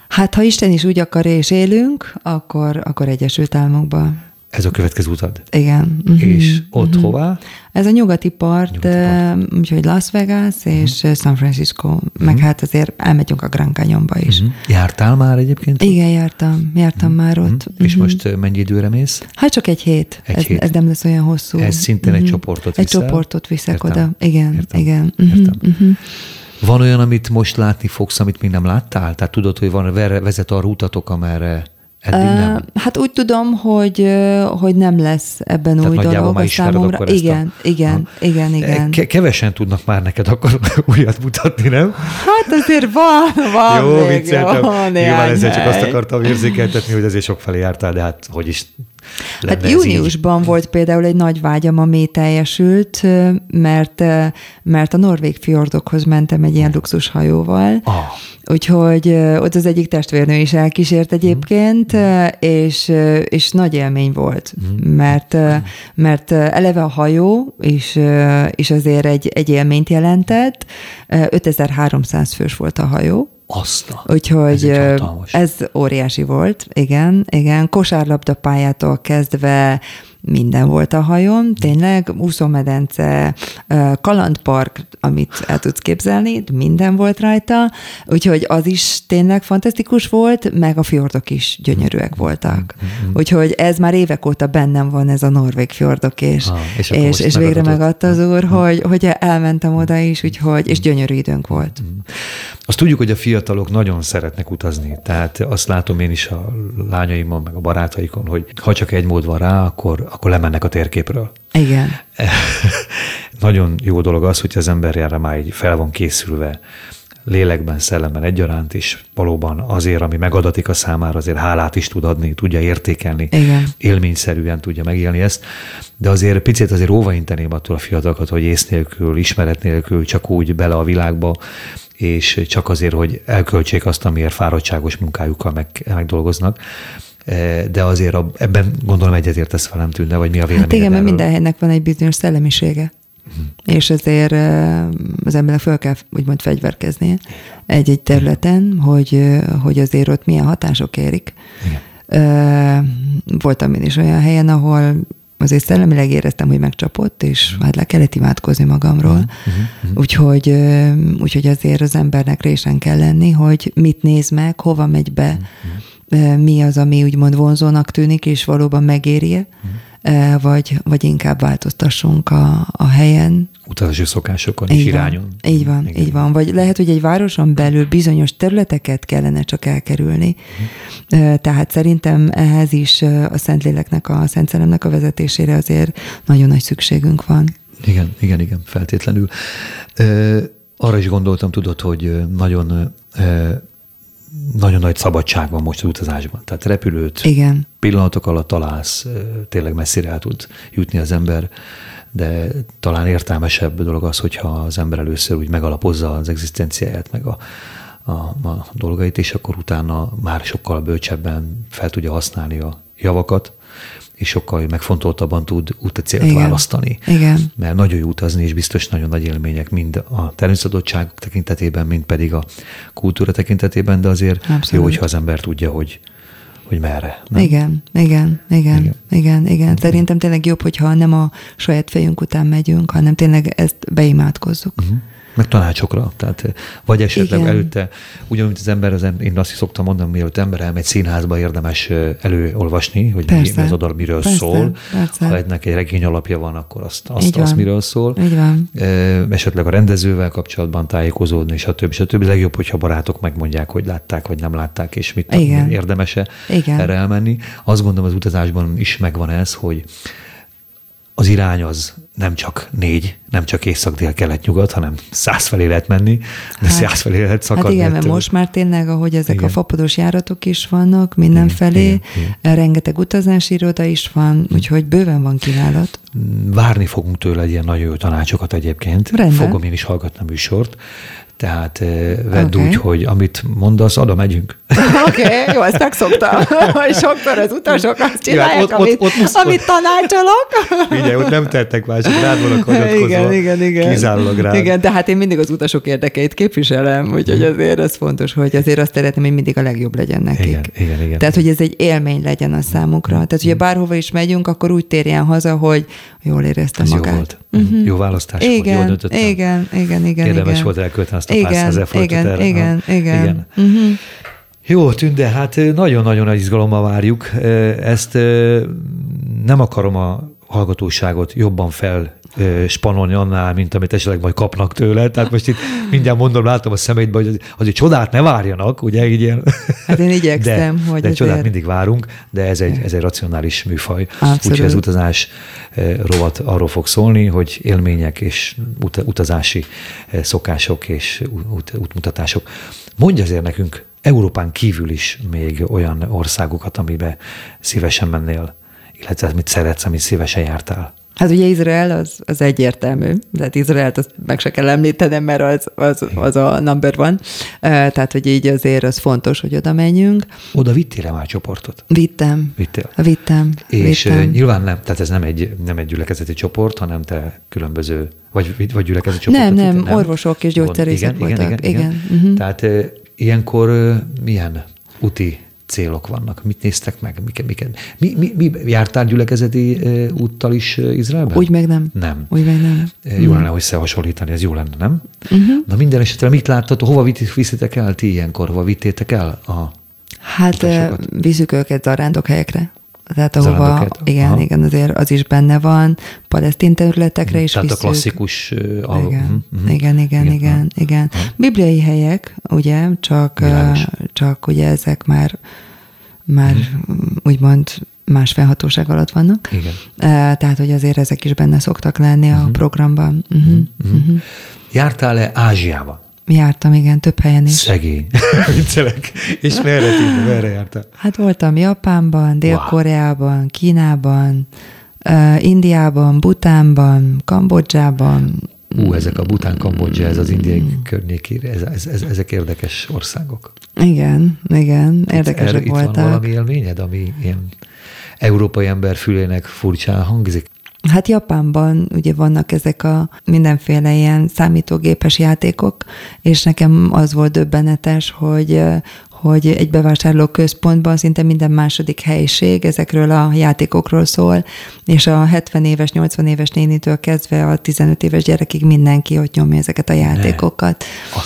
Hát, ha Isten is úgy akar és élünk, akkor, akkor Egyesült Államokba. Ez a következő utad? Igen. És ott uh-huh. hová? Ez a nyugati part, nyugati part. Úgyhogy Las Vegas és uh-huh. San Francisco, uh-huh. meg hát azért elmegyünk a Grand Canyonba is. Uh-huh. Jártál már egyébként? Igen, jártam. Jártam uh-huh. már ott. Uh-huh. És uh-huh. most mennyi időre mész? Hát csak egy hét. Egy ez, hét. Ez nem lesz olyan hosszú. Ez szintén uh-huh. egy csoportot viszel? Egy csoportot viszek Értem. oda. Igen, Értem. igen. Uh-huh. Értem. Uh-huh. Van olyan, amit most látni fogsz, amit még nem láttál? Tehát tudod, hogy van vezet arra utatok, amerre eddig nem? Hát úgy tudom, hogy, hogy nem lesz ebben Tehát új dolog a számomra. Igen, a... igen, igen, igen. Ke- kevesen tudnak már neked akkor újat mutatni, nem? Hát azért van, van jó, még, vicceltem. Jó, nyilván ezzel csak azt akartam érzékeltetni, hogy azért sokfelé jártál, de hát hogy is Hát júniusban volt például egy nagy vágyam, ami teljesült, mert, mert a norvég fjordokhoz mentem egy ilyen luxushajóval. Oh. Úgyhogy ott az egyik testvérnő is elkísért egyébként, mm. és, és nagy élmény volt, mm. mert, mert eleve a hajó is, is azért egy, egy élményt jelentett. ötezer-háromszáz fős volt a hajó. Aztán. Úgyhogy ez, ez óriási volt, igen, igen. Kosárlabdapályától kezdve minden volt a hajón, tényleg úszómedence, kalandpark, amit el tudsz képzelni, minden volt rajta, úgyhogy az is tényleg fantasztikus volt, meg a fjordok is gyönyörűek voltak. Mm-hmm. Úgyhogy ez már évek óta bennem van, ez a norvég fjordok, és, ah, és, és, és végre megadta az úr, hogy, hogy elmentem oda is, úgyhogy, és gyönyörű időnk volt. Mm-hmm. Azt tudjuk, hogy a fiatalok nagyon szeretnek utazni, tehát azt látom én is a lányaimon, meg a barátaikon, hogy ha csak egy mód van rá, akkor, akkor lemennek a térképről. Igen. Nagyon jó dolog az, hogy az ember erre már így fel van készülve, lélekben, szellemben egyaránt, és valóban azért, ami megadatik a számára, azért hálát is tud adni, tudja értékelni, igen. élményszerűen tudja megélni ezt, de azért picit azért óvainteném attól a fiatalokat, hogy ész nélkül, ismeret nélkül, csak úgy bele a világba, és csak azért, hogy elköltsék azt, amiért fáradtságos munkájukkal meg, megdolgoznak. De azért a, ebben gondolom egyetértesz velem, Tünde, vagy mi a véleményed? Hát igen, erről? mert minden helynek van egy bizonyos szellemisége. Hmm. És ezért az embernek föl kell úgymond fegyverkeznie egy-egy területen, hogy, hogy azért ott milyen hatások érik. Igen. Voltam én is olyan helyen, ahol azért szellemileg éreztem, hogy megcsapott, és uh-huh. hát le kellett imádkozni magamról. Uh-huh. Uh-huh. Úgyhogy, úgyhogy azért az embernek résen kell lenni, hogy mit néz meg, hova megy be, uh-huh. mi az, ami úgymond vonzónak tűnik, és valóban megéri-e, uh-huh. vagy, vagy inkább változtassunk a, a helyen. Utazási szokásokon és irányon. Így van, igen. így van. Vagy lehet, hogy egy városon belül bizonyos területeket kellene csak elkerülni. Uh-huh. Tehát szerintem ehhez is a Szentléleknek, a Szent Szellemnek a vezetésére azért nagyon nagy szükségünk van. Igen, igen, igen, feltétlenül. Arra is gondoltam, tudod, hogy nagyon, nagyon nagy szabadság van most az utazásban. Tehát repülőt igen. pillanatok alatt találsz, tényleg messzire el tud jutni az ember, de talán értelmesebb dolog az, hogyha az ember először úgy megalapozza az egzisztenciáját, meg a, a, a dolgait, és akkor utána már sokkal bölcsebben fel tudja használni a javakat, és sokkal megfontoltabban tud útcélt Igen. választani. Igen. Mert nagyon jó utazni, és biztos nagyon nagy élmények mind a természetadótságok tekintetében, mind pedig a kultúra tekintetében, de azért Abszolút. Jó, hogyha az ember tudja, hogy hogy merre. Nem? Igen, igen, igen, igen, igen, igen. Szerintem tényleg jobb, hogyha nem a saját fejünk után megyünk, hanem tényleg ezt beimádkozzuk. Uh-huh. Meg tanácsokra. Tehát, vagy esetleg igen. előtte, ugyanúgy az ember, az ember, én azt is szoktam mondani, mielőtt ember elmegy színházba, érdemes előolvasni, hogy persze, mi az oda miről persze, szól. Persze. Ha ennek egy regény alapja van, akkor azt, azt, azt miről szól. Így van. Esetleg a rendezővel kapcsolatban tájékozódni, és a többi, és a többi. Legjobb, hogyha barátok megmondják, hogy látták, vagy nem látták, és mit érdemes-e erre elmenni. Azt gondolom, az utazásban is megvan ez, hogy az irány az nem csak négy, nem csak észak-dél-kelet-nyugat, hanem száz felé lehet menni, de hát, száz felé lehet szakadni. Hát igen, mert most már tényleg, ahogy ezek igen. a fapados járatok is vannak mindenfelé, igen, igen. rengeteg utazási iroda is van, úgyhogy bőven van kínálat. Várni fogunk tőle ilyen nagyon jó tanácsokat egyébként. Rendben. Fogom én is hallgatni a műsort. Tehát vedd okay. úgy, hogy amit mondasz, oda megyünk. Oké, okay, jó, ezt megszoktam. Sokszor az utasok azt csinálják, ott, amit, ott, ott, amit tanácsolok. Ugye, ott nem tettek mások, rád vannak hagyatkozva. Igen, igen, igen. Kizárólag rád. Igen, de hát én mindig az utasok érdekeit képviselem, úgyhogy azért az fontos, hogy azért azt szeretném, hogy mindig a legjobb legyen nekik. Igen, igen, igen. Tehát, hogy ez egy élmény legyen a számukra. Tehát, ugye bárhova is megyünk, akkor úgy térjen haza, hogy jól éreztem ez magát. Jó volt. Uh-huh. Jó választás igen, volt, jól döntöttem. Igen, igen, igen. Érdemes igen. volt elkölteni azt a igen, pár százezer forintot igen, erre. Igen, igen, igen. igen. Uh-huh. Jó, Tünde, hát nagyon-nagyon nagy izgalommal várjuk. Ezt nem akarom a hallgatóságot jobban felspanolni annál, mint amit esetleg majd kapnak tőle. Tehát most itt mindjárt mondom, látom a szemeidben, hogy azért csodát ne várjanak, ugye? Így ilyen. Hát én igyekszem, de, hogy De azért... csodát mindig várunk, de ez egy, ez egy racionális műfaj. Úgyhogy az utazás rovat arról fog szólni, hogy élmények és utazási szokások és út, útmutatások. Mondj azért nekünk Európán kívül is még olyan országokat, amiben szívesen mennél, illetve mit szeretsz, amit szívesen jártál. Hát ugye Izrael az, az egyértelmű, tehát Izraelt azt meg se kell említenem, mert az, az, az a number one. Tehát, hogy így azért az fontos, hogy oda menjünk. Oda vittél-e már csoportot? Vittem. Vittél? Vittem. És vittem. Nyilván nem, tehát ez nem egy, nem egy gyülekezeti csoport, hanem te különböző, vagy, vagy gyülekezeti csoport. Nem, nem, nem, orvosok és gyógyszerészek igen, voltak. Igen, igen, igen. igen. Uh-huh. Tehát ilyenkor milyen úti célok vannak? Mit néztek meg? Miket, miket? Mi, mi, mi jártál gyülekezeti úttal is Izraelben? Úgy meg nem. Nem. Úgy meg nem. Jó lenne összehasonlítani, ez jó lenne, nem? Uh-huh. Na minden esetre mit láttad, hova viszitek el ti ilyenkor? Hova vittétek el a Hát utasokat? Viszük őket zarándokhelyekre. Tehát ahova, igen, Aha. igen, azért az is benne van, palesztin területekre is Tehát viszük. a klasszikus... Uh, igen, uh, uh, igen, igen, igen, igen, igen. Bibliai helyek, ugye, csak, uh, csak ugye ezek már, már uh-huh. úgymond más felhatóság alatt vannak. Igen. Uh, tehát, hogy azért ezek is benne szoktak lenni uh-huh. a programban. Uh-huh. Uh-huh. Uh-huh. Jártál-e Ázsiába? Jártam, igen, több helyen is. Szegény. Viccelek. És merre, Tünde, merre jártál? Hát voltam Japánban, Dél-Koreában, wow. Kínában, uh, Indiában, Butánban, Kambodzsában. Ú, ezek a Bután, Kambodzsa, ez az indiai környékére, ez, ez, ez, ezek érdekes országok. Igen, igen, érdekesek itt, voltak. Itt van valami élményed, ami ilyen európai ember fülének furcsán hangzik? Hát Japánban ugye vannak ezek a mindenféle ilyen számítógépes játékok, és nekem az volt döbbenetes, hogy, hogy egy bevásárló központban szinte minden második helység ezekről a játékokról szól, és a hetven éves, nyolcvan éves nénitől kezdve a tizenöt éves gyerekig mindenki ott nyomja ezeket a játékokat.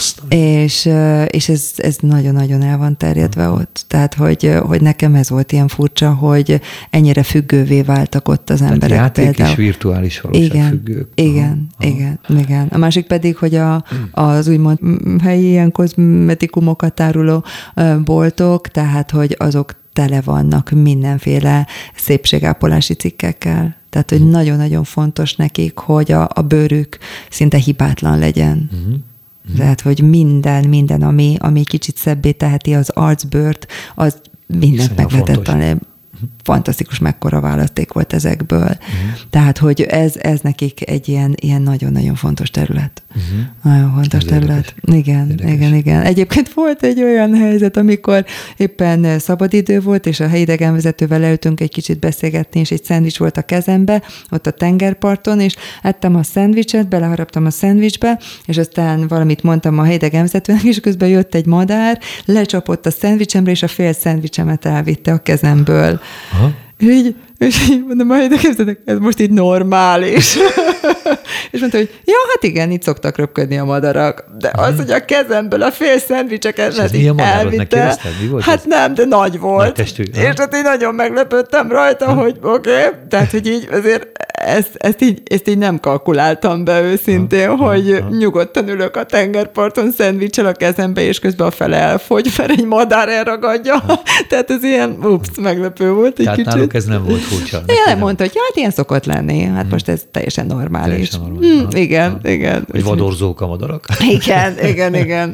És, és ez, ez nagyon-nagyon el van terjedve uh-huh. ott. Tehát, hogy, hogy nekem ez volt ilyen furcsa, hogy ennyire függővé váltak ott az emberek. Tehát játék például. És virtuális valóság igen, függők. Igen, aha, igen, aha. igen. A másik pedig, hogy a, az úgymond helyi ilyen kozmetikumokat áruló boltok, tehát, hogy azok tele vannak mindenféle szépségápolási cikkekkel. Tehát, hogy nagyon-nagyon fontos nekik, hogy a, a bőrük szinte hibátlan legyen. Uh-huh. Uh-huh. Tehát, hogy minden, minden, ami, ami kicsit szebbé teheti az arcbőrt, az mindent meg lehetett találni. Fantasztikus, mekkora választék volt ezekből. Uh-huh. Tehát, hogy ez, ez nekik egy ilyen, ilyen nagyon-nagyon fontos terület. Uh-huh. Nagyon fontos ez terület. Érdekes. Igen, érdekes. igen, igen. Egyébként volt egy olyan helyzet, amikor éppen szabadidő volt, és a helyi idegenvezetővel leültünk egy kicsit beszélgetni, és egy szendvics volt a kezembe, ott a tengerparton, és ettem a szendvicset, beleharaptam a szendvicsbe, és aztán valamit mondtam a helyi idegenvezetőnek, és közben jött egy madár, lecsapott a szendvicsemre, és a fél szendvicsemet elvitte a kezemből. Aha. És így, és így mondom, majd képzeljétek, ez most így normális. És mondta, hogy ja, hát igen, itt szoktak röpködni a madarak, de az, hogy a kezemből a fél szendvicseket hát így elvitte. Hát ez? Nem, de nagy volt. Nagy testű, és hát így nagyon meglepődtem rajta, ha? hogy oké, okay. Tehát, hogy így azért ezt, ezt, így, ezt így nem kalkuláltam be őszintén, ha? hogy ha? nyugodtan ülök a tengerparton szendvicsel a kezembe, és közben a fele elfogy, mert egy madár elragadja. Ha? Tehát ez ilyen, ups, meglepő volt egy Tehát kicsit. náluk ez nem volt furcsa. Igen, mondta, hogy ja, hát ilyen szokott lenni. Hát hmm. most ez teljesen normális. Teljesen normális. Hmm, igen, ha. igen. Hogy vadorzók a madarak. Igen, igen, igen.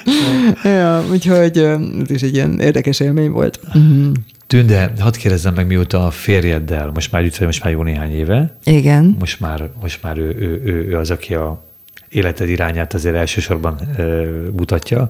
Ja, úgyhogy ez is egy ilyen érdekes élmény volt. Tünde, hadd kérdezzem meg, mióta a férjeddel, most már itt vagy, most már jó néhány éve. Igen. Most már, most már ő, ő, ő, ő az, aki a életed irányát azért elsősorban mutatja.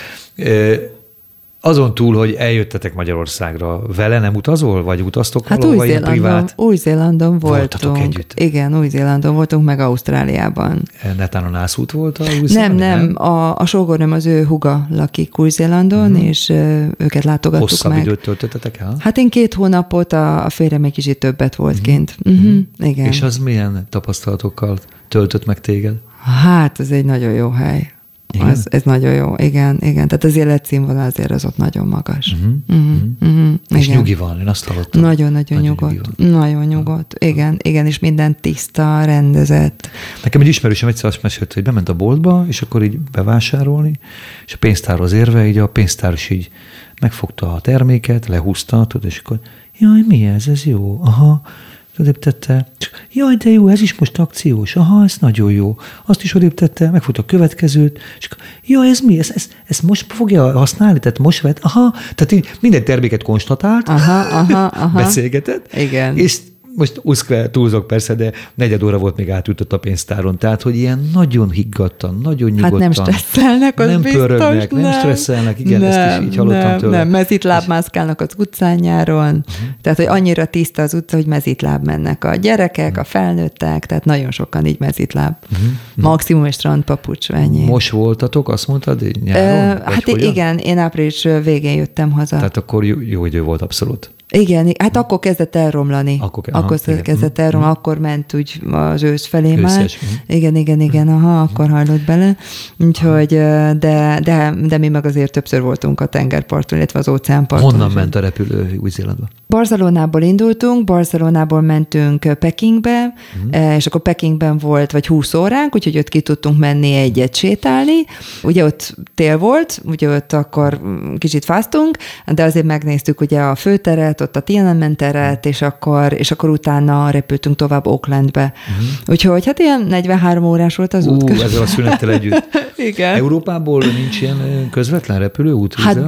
Azon túl, hogy eljöttetek Magyarországra, vele nem utazol, vagy utaztok hát valahol, ilyen privát? Új-Zélandon voltunk. együtt? Igen, Új-Zélandon voltunk, meg Ausztráliában. Netán a nászút volt a Nem, nem, nem. A, a sógornőm az ő huga lakik Új-Zélandon, uh-huh. és őket látogattuk Hosszabb meg. Hosszabb időt töltöttetek el? Hát én két hónapot, a, a férjem egy kicsit többet volt uh-huh. kint. Uh-huh. Igen. És az milyen tapasztalatokkal töltött meg téged? Hát, ez egy nagyon jó hely. Az, ez nagyon jó, igen, igen. Tehát az életszínvonal azért az ott nagyon magas. Uh-huh. Uh-huh. Uh-huh. És nyugi van, én azt hallottam. Nagyon-nagyon nyugodt. Nagyon nyugodt. Igen, igen, és minden tiszta, rendezett. Nekem egy ismerősöm egyszer azt mesélt, hogy bement a boltba, és akkor így bevásárolni, és a pénztárhoz érve, így a pénztáros így megfogta a terméket, lehúzta, tudod, és akkor jaj, mi ez, ez jó, aha. Odébb tette, jaj, de jó, ez is most akciós, aha, ez nagyon jó. Azt is odébb tette, megfogta a következőt, és jaj, ez mi, ez, ez, ez most fogja használni, tehát most vett, aha, tehát így minden terméket konstatált, aha, aha, aha. beszélgetett, igen. És most uszkve túlzok persze, de negyed óra volt, még átütött a pénztáron. Tehát, hogy ilyen nagyon higgadtan, nagyon nyugodtan. Hát nem stresszelnek, az nem biztos, pörögnek, nem. nem stresszelnek, igen, nem, ezt is így hallottam nem, tőle. Nem, mezitláb mászkálnak az utcányáron, uh-huh. tehát, hogy annyira tiszta az utca, hogy mezitláb mennek a gyerekek, uh-huh. a felnőttek, tehát nagyon sokan így mezitláb. Uh-huh. Maximum egy strandpapucs, ennyi. Most voltatok, azt mondtad, nyáron? Uh, hát hogyan? Igen, én április végén jöttem haza. Tehát akkor jó, jó idő volt abszolút. Igen, hát akkor kezdett elromlani. Akkor, aha, akkor kezdett elromlani, uh-huh. akkor ment úgy az ősz felé Őszes. Már. Uh-huh. Igen, igen, igen, aha, uh-huh. akkor hajlott bele. Úgyhogy, de, de, de mi meg azért többször voltunk a tengerparton, illetve az óceánparton. Honnan ment a repülő Új-Zélandba? Barcelonából indultunk, Barcelonából mentünk Pekingbe, uh-huh. és akkor Pekingben volt vagy húsz óránk, úgyhogy ott ki tudtunk menni egyet sétálni. Ugye ott tél volt, ugye ott akkor kicsit fáztunk, de azért megnéztük ugye a főteret, ott a Tiananmen teret, és akkor, és akkor utána repültünk tovább Aucklandbe. Uh-huh. Úgyhogy hát ilyen negyvenhárom órás volt az út. Ú, ezzel a szünettel együtt. Igen. Európából nincs ilyen közvetlen repülőút? Hát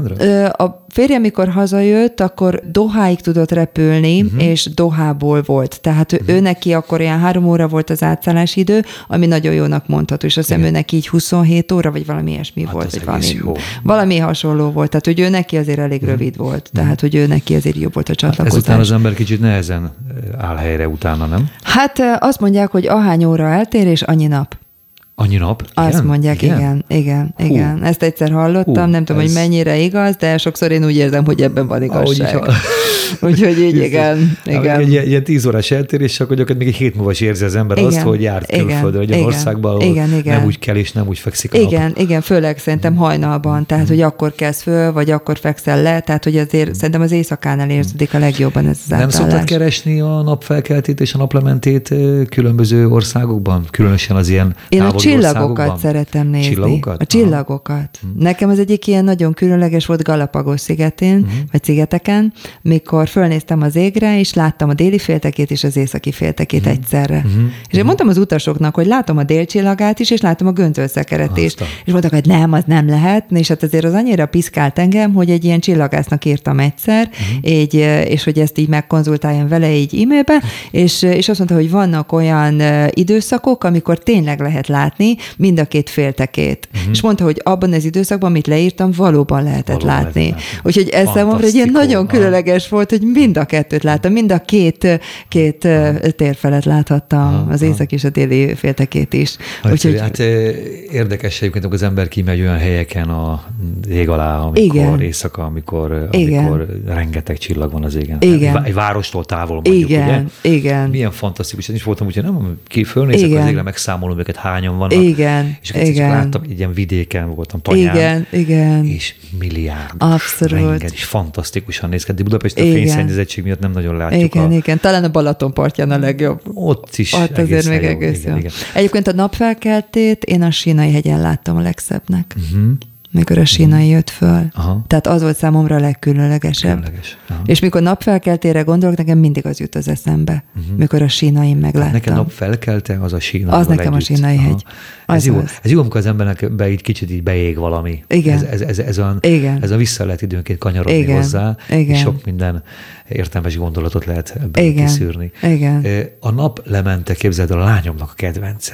a férjem, mikor hazajött, akkor Doháig tudott repülni, uh-huh. és Dohából volt. Tehát uh-huh. ő neki akkor ilyen három óra volt az átszállási idő, ami nagyon jónak mondható, és azt hiszem ő neki így huszonhét óra, vagy valami ilyesmi hát volt. Vagy valami, valami hasonló volt. Tehát, hogy ő neki azért elég uh-huh. rövid volt. Tehát, uh-huh. hogy ő neki azért jobb volt a csatlakozás. Hát ezután az ember kicsit nehezen áll helyre utána, nem? Hát azt mondják, hogy ahány óra eltérés, annyi nap. Annyi nap? Azt igen? mondják, igen, igen, igen. igen. Ezt egyszer hallottam, Hú, nem tudom, ez... hogy mennyire igaz, de sokszor én úgy érzem, hogy ebben van igazság. Ahogy Úgyhogy így, igen. igen. Egy ilyen tíz órás eltérés, akkor gyakorlatilag még egy hét múlva is érzi az ember igen, azt, hogy járt külföldre, egy olyan országban, ahol igen, igen. nem úgy kell és nem úgy fekszik a Igen, nap. igen, főleg szerintem hajnalban, tehát mm. hogy akkor kezd föl, vagy akkor fekszel le, tehát hogy azért mm. szerintem az éjszakánál érződik a legjobban ez az átállás. Nem szoktad keresni a napfelkeltét és a naplementét különböző országokban, különösen az ilyen Én a csillagokat szeretem nézni. Csillagokat? A csillagokat. Mm. Nekem az egyik ilyen nagyon különleges volt Galapagos szigetén, mm. vagy szigeteken, mikor fölnéztem az égre, és láttam a déli féltekét és az északi féltekét mm. egyszerre. Mm. És én mondtam az utasoknak, hogy látom a délcsillagát is, és látom a göncölszekeret is. És mondtak, hogy nem, az nem lehet. És hát azért az annyira piszkált engem, hogy egy ilyen csillagásznak írtam egyszer, mm. így, és hogy ezt így megkonzultáljam vele így e-mailbe, és, és azt mondta, hogy vannak olyan időszakok, amikor tényleg lehet látni mind a két féltekét. Mm. És mondta, hogy abban az időszakban, amit leírtam, valóban lehetett valóban látni. Lehet látni. Úgyhogy ez számomra egy ilyen nagyon különleges volt, hogy mind a kettőt láttam, mind a két, két aha. térfelet láthattam, aha. az észak és a déli féltekét is. Hát, Úgyhogy... hát érdekes egyébként, amikor az ember kimegy olyan helyeken a ég alá, amikor igen. éjszaka, amikor, amikor rengeteg csillag van az égen. Igen. Egy várostól távol mondjuk, igen. ugye? Igen. Milyen fantasztikus. Én is voltam, úgyhogy nem ki fölnézek igen. az égre, megszámolom őket, hányan vannak. Igen. És akkor igen. láttam, egy ilyen vidéken voltam, Tanyán. Igen. Igen. És milliárd. Abszolút. Rengeteg, és fantasztikusan néz ki. De Budapest a fényszennyezettség miatt nem nagyon látjuk. Igen, a... igen. Talán a Balaton partján a legjobb. Ott is Ott azért még egész jó. Igen. Egyébként a napfelkeltét én a Sínai hegyen láttam a legszebbnek. Uh-huh. Mikor a Sínai jött föl. Aha. Tehát az volt számomra a legkülönlegesebb. Különleges. És mikor napfelkeltére gondolok, nekem mindig az jut az eszembe, uh-huh. mikor a Sínain megláttam. Nekem napfelkelte, az a Sínai. Az nekem együtt. A Sínai hegy. Ez jó, ez jó, amikor az embernek be, így kicsit így beég valami. Igen. Ez, ez, ez, ez, olyan, Igen. ez a vissza lehet időnként kanyarodni Igen. hozzá, Igen. és sok minden értelmes gondolatot lehet ebben Igen. kiszűrni. Igen. A nap lemente, képzeld el, a lányomnak a kedvence.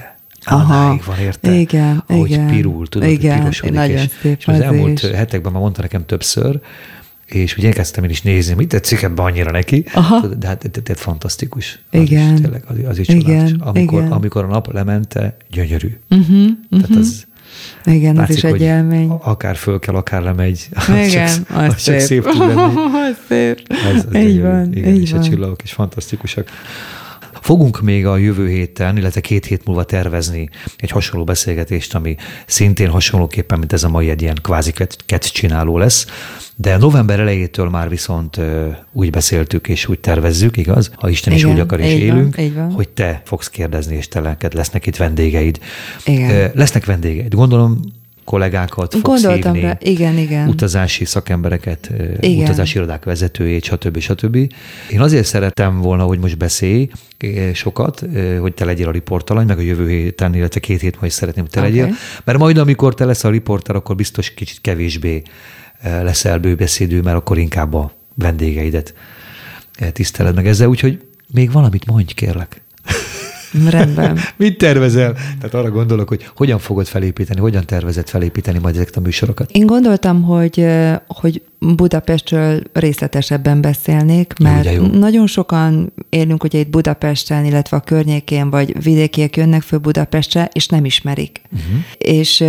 Kanadáig van, érte? Igen, ahogy igen. pirul, tudod, igen, hogy pirosodik. nagyon és, szép és az, az elmúlt is. hetekben már mondta nekem többször, és ugye elkezdtem én is nézni, mit tetszik ebben annyira neki, Aha. de hát tehát fantasztikus. Az igen. Is, tényleg, az, az is csodálatos. Igen, amikor, igen. amikor a nap lemente, gyönyörű. Uh-huh, tehát uh-huh. az igen, látszik, ez is egy élmény. Akár föl kell, akár lemegy. Igen, csak, az, az szép. csak szép tud lenni. az szép. Az, az így van, igen, így és van. a csillagok is fantasztikusak. Fogunk még a jövő héten, illetve két hét múlva tervezni egy hasonló beszélgetést, ami szintén hasonlóképpen, mint ez a mai, egy ilyen kvázi kett csináló lesz. De november elejétől már viszont úgy beszéltük és úgy tervezzük, igaz? Ha Isten is igen, úgy akar és így élünk, van, így van. hogy te fogsz kérdezni, és te neked lesznek itt vendégeid. Igen. Lesznek vendégeid. Gondolom, kollégákat fogsz Gondoltam hívni, rá. Igen, igen. utazási szakembereket, igen. utazási irodák vezetőjét, stb. stb. Én azért szerettem volna, hogy most beszélj sokat, hogy te legyél a riportalany, meg a jövő héten, illetve két hét majd szeretném, hogy te okay. legyél. Mert majd, amikor te leszel a riporter, akkor biztos kicsit kevésbé leszel bőbeszédű, mert akkor inkább a vendégeidet tiszteled meg ezzel. Úgyhogy még valamit mondj, kérlek. Rendben. Mit tervezel? Tehát arra gondolok, hogy hogyan fogod felépíteni, hogyan tervezed felépíteni majd ezeket a műsorokat? Én gondoltam, hogy, hogy Budapestről részletesebben beszélnék, mert jó, jó. nagyon sokan élünk ugye itt Budapesten, illetve a környékén, vagy vidékiek jönnek föl Budapestre, és nem ismerik. Uh-huh. És,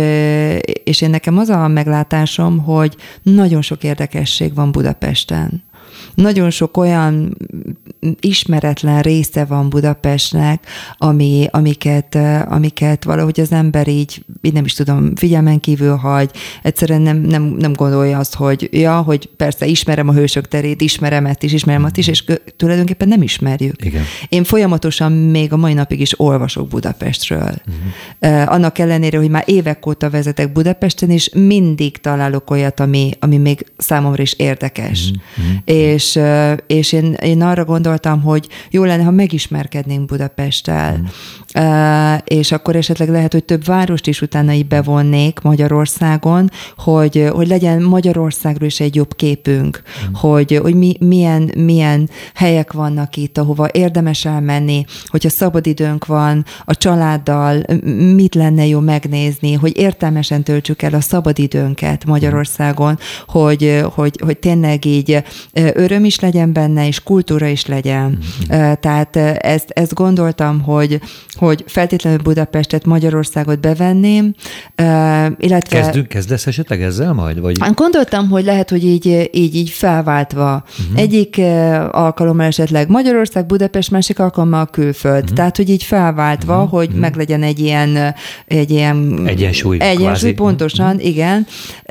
és én nekem az a meglátásom, hogy nagyon sok érdekesség van Budapesten. Nagyon sok olyan ismeretlen része van Budapestnek, ami, amiket, amiket valahogy az ember így, így nem is tudom, figyelmen kívül hagy. Egyszerűen nem, nem, nem gondolja azt, hogy ja, hogy persze ismerem a Hősök terét, ismerem ezt is, ismerem azt is, és tulajdonképpen nem ismerjük. Igen. Én folyamatosan még a mai napig is olvasok Budapestről. Uh-huh. Annak ellenére, hogy már évek óta vezetek Budapesten, és mindig találok olyat, ami, ami még számomra is érdekes. Uh-huh. És, és én, én arra gondoltam, hogy jó lenne, ha megismerkednénk Budapesttel, uh-huh. és akkor esetleg lehet, hogy több várost is utána így bevonnék Magyarországon, hogy, hogy legyen Magyarországról is egy jobb képünk, uh-huh. hogy, hogy mi, milyen, milyen helyek vannak itt, ahova érdemes elmenni, hogyha szabadidőnk van a családdal, mit lenne jó megnézni, hogy értelmesen töltsük el a szabadidőnket Magyarországon, hogy, hogy, hogy tényleg így öröm is legyen benne, és kultúra is legyen. Mm-hmm. Tehát ezt, ezt gondoltam, hogy, hogy feltétlenül Budapestet, Magyarországot bevenném, illetve... Kezdünk, kezdesz esetleg ezzel majd? Vagy? Gondoltam, hogy lehet, hogy így, így, így felváltva. Mm-hmm. Egyik alkalommal esetleg Magyarország, Budapest, másik alkalommal külföld. Mm-hmm. Tehát, hogy így felváltva, mm-hmm. hogy mm-hmm. meglegyen egy ilyen, egy ilyen egyensúly. Egyensúly, pontosan, mm-hmm. igen.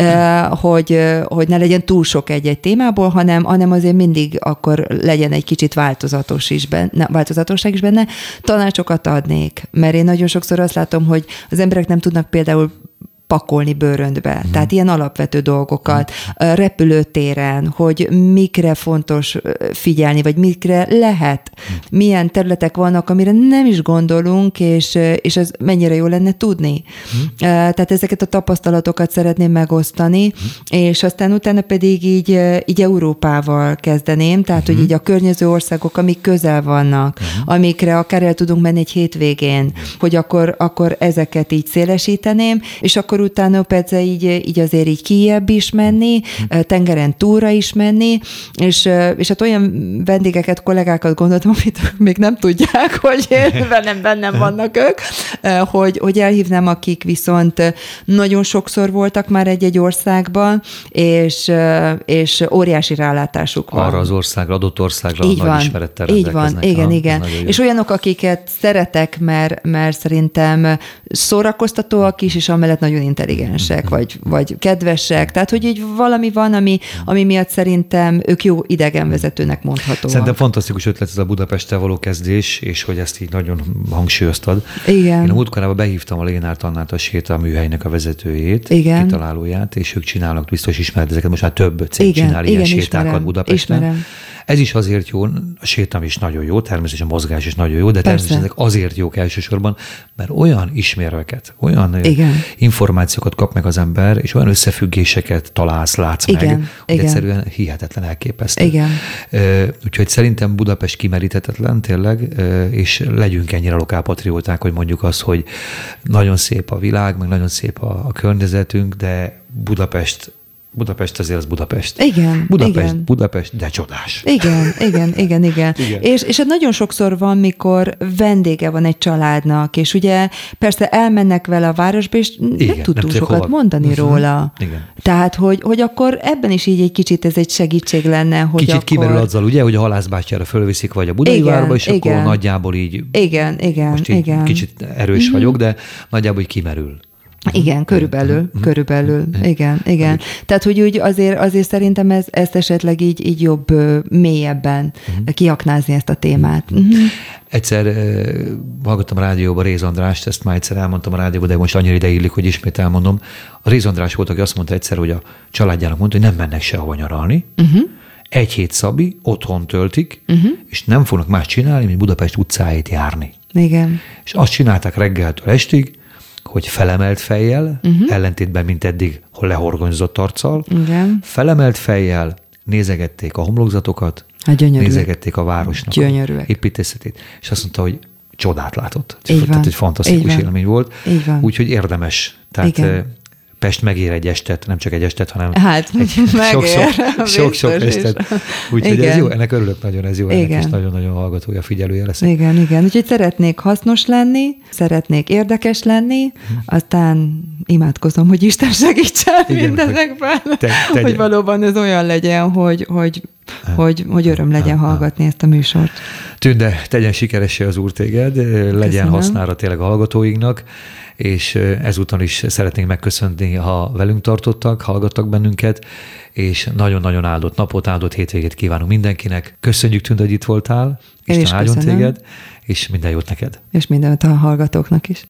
Hogy, hogy ne legyen túl sok egy-egy témából, hanem, hanem azért mindig akkor legyen egy kicsit változatos is benne, változatosság is benne. Tanácsokat adnék, mert én nagyon sokszor azt látom, hogy az emberek nem tudnak például pakolni bőröndbe. Mm. Tehát ilyen alapvető dolgokat. Mm. Repülőtéren, hogy mikre fontos figyelni, vagy mikre lehet. Mm. Milyen területek vannak, amire nem is gondolunk, és, és ez mennyire jó lenne tudni. Mm. Tehát ezeket a tapasztalatokat szeretném megosztani, mm. és aztán utána pedig így, így Európával kezdeném, tehát mm. hogy így a környező országok, amik közel vannak, mm. amikre akár el tudunk menni egy hétvégén, mm. hogy akkor, akkor ezeket így szélesíteném, és akkor akkor utána persze így, így azért így kijebb is menni, tengeren túlra is menni, és, és hát olyan vendégeket, kollégákat gondoltam, amit még nem tudják, hogy bennem, bennem vannak ők, hogy, hogy elhívnám, akik viszont nagyon sokszor voltak már egy-egy országban, és, és óriási rálátásuk van. Arra az országra, adott országra így nagy van, ismerettel így van, igen, ha, igen. És olyanok, akiket szeretek, mert, mert szerintem szórakoztatóak is, és amellett nagyon intelligensek, vagy, vagy kedvesek. Tehát, hogy így valami van, ami, ami miatt szerintem ők jó idegenvezetőnek mondhatóak. Szerintem fantasztikus ötlet ez a Budapesttel való kezdés, és hogy ezt így nagyon hangsúlyoztad. Igen. Én a múltkorában behívtam a Lénárd Annát, a sétaműhelynek a vezetőjét, igen. kitalálóját, és ők csinálnak, biztos ismered ezeket, most már több cég igen, csinál ilyen igen, sétákat ismerem, Budapesten. Ismerem. Ez is azért jó, a sétám is nagyon jó, természetesen a mozgás is nagyon jó, de természetesen ezek azért jók elsősorban, mert olyan ismérveket, olyan igen. információkat kap meg az ember, és olyan összefüggéseket találsz, látsz igen. meg, hogy igen. egyszerűen hihetetlen, elképesztő. Igen. Úgyhogy szerintem Budapest kimeríthetetlen tényleg, és legyünk ennyire lokálpatrióták, hogy mondjuk azt, hogy nagyon szép a világ, meg nagyon szép a, a környezetünk, de Budapest Budapest azért az Budapest. Igen. Budapest, igen. Budapest, de csodás. Igen, igen, igen, igen. igen. És, és nagyon sokszor van, mikor vendége van egy családnak, és ugye persze elmennek vele a városba, és igen, nem tud túl sokat hova. mondani uh-huh. róla. Igen. Tehát, hogy, hogy akkor ebben is így egy kicsit ez egy segítség lenne, hogy Kicsit akkor... kimerül azzal, ugye, hogy a halászbástyára fölviszik, vagy a Budai igen, várba, és igen. akkor nagyjából így... Igen, igen, most így igen. kicsit erős uh-huh. vagyok, de nagyjából így kimerül. Igen, körülbelül, mm-hmm. körülbelül, mm-hmm. igen, igen. Mm-hmm. Tehát, hogy úgy azért, azért szerintem ez, ezt esetleg így, így jobb, mélyebben mm-hmm. kiaknázni ezt a témát. Mm-hmm. Egyszer uh, hallgattam a rádióban Réz Andrást, ezt már egyszer elmondtam a rádióban, de most annyira ide illik, hogy ismét elmondom. A Réz András volt, aki azt mondta egyszer, hogy a családjának mondta, hogy nem mennek sehova nyaralni, uh-huh. egy hét szabi, otthon töltik, uh-huh. és nem fognak más csinálni, mint Budapest utcáit járni. Igen. És azt csinálták reggeltől estig, hogy felemelt fejjel, uh-huh. ellentétben, mint eddig, hol lehorgonyzott arccal, igen. felemelt fejjel nézegették a homlokzatokat, nézegették a városnak Gyönyörűek. a építészetét, és azt mondta, hogy csodát látott. Tehát egy fantasztikus élmény volt. Úgyhogy érdemes. Tehát igen. Pest megér egy estet, nem csak egy estet, hanem hát, sok-sok estet. Úgyhogy ez jó, ennek örülök nagyon, ez jó, igen. ennek is nagyon-nagyon hallgatója, figyelője lesz. Igen, igen. Úgyhogy szeretnék hasznos lenni, szeretnék érdekes lenni, hmm. aztán imádkozom, hogy Isten segítsen mindezekben, hogy, te, hogy valóban ez olyan legyen, hogy, hogy Hogy, hogy öröm legyen hallgatni ezt a műsort. Tünde, tegyen sikeressé az Úr téged, legyen Köszönöm. hasznára tényleg a hallgatóinknak, és ezúton is szeretnénk megköszönni, ha velünk tartottak, hallgattak bennünket, és nagyon-nagyon áldott napot, áldott hétvégét kívánunk mindenkinek. Köszönjük, Tünde, hogy itt voltál, Isten áldjon téged, és minden jót neked. És mindent a hallgatóknak is.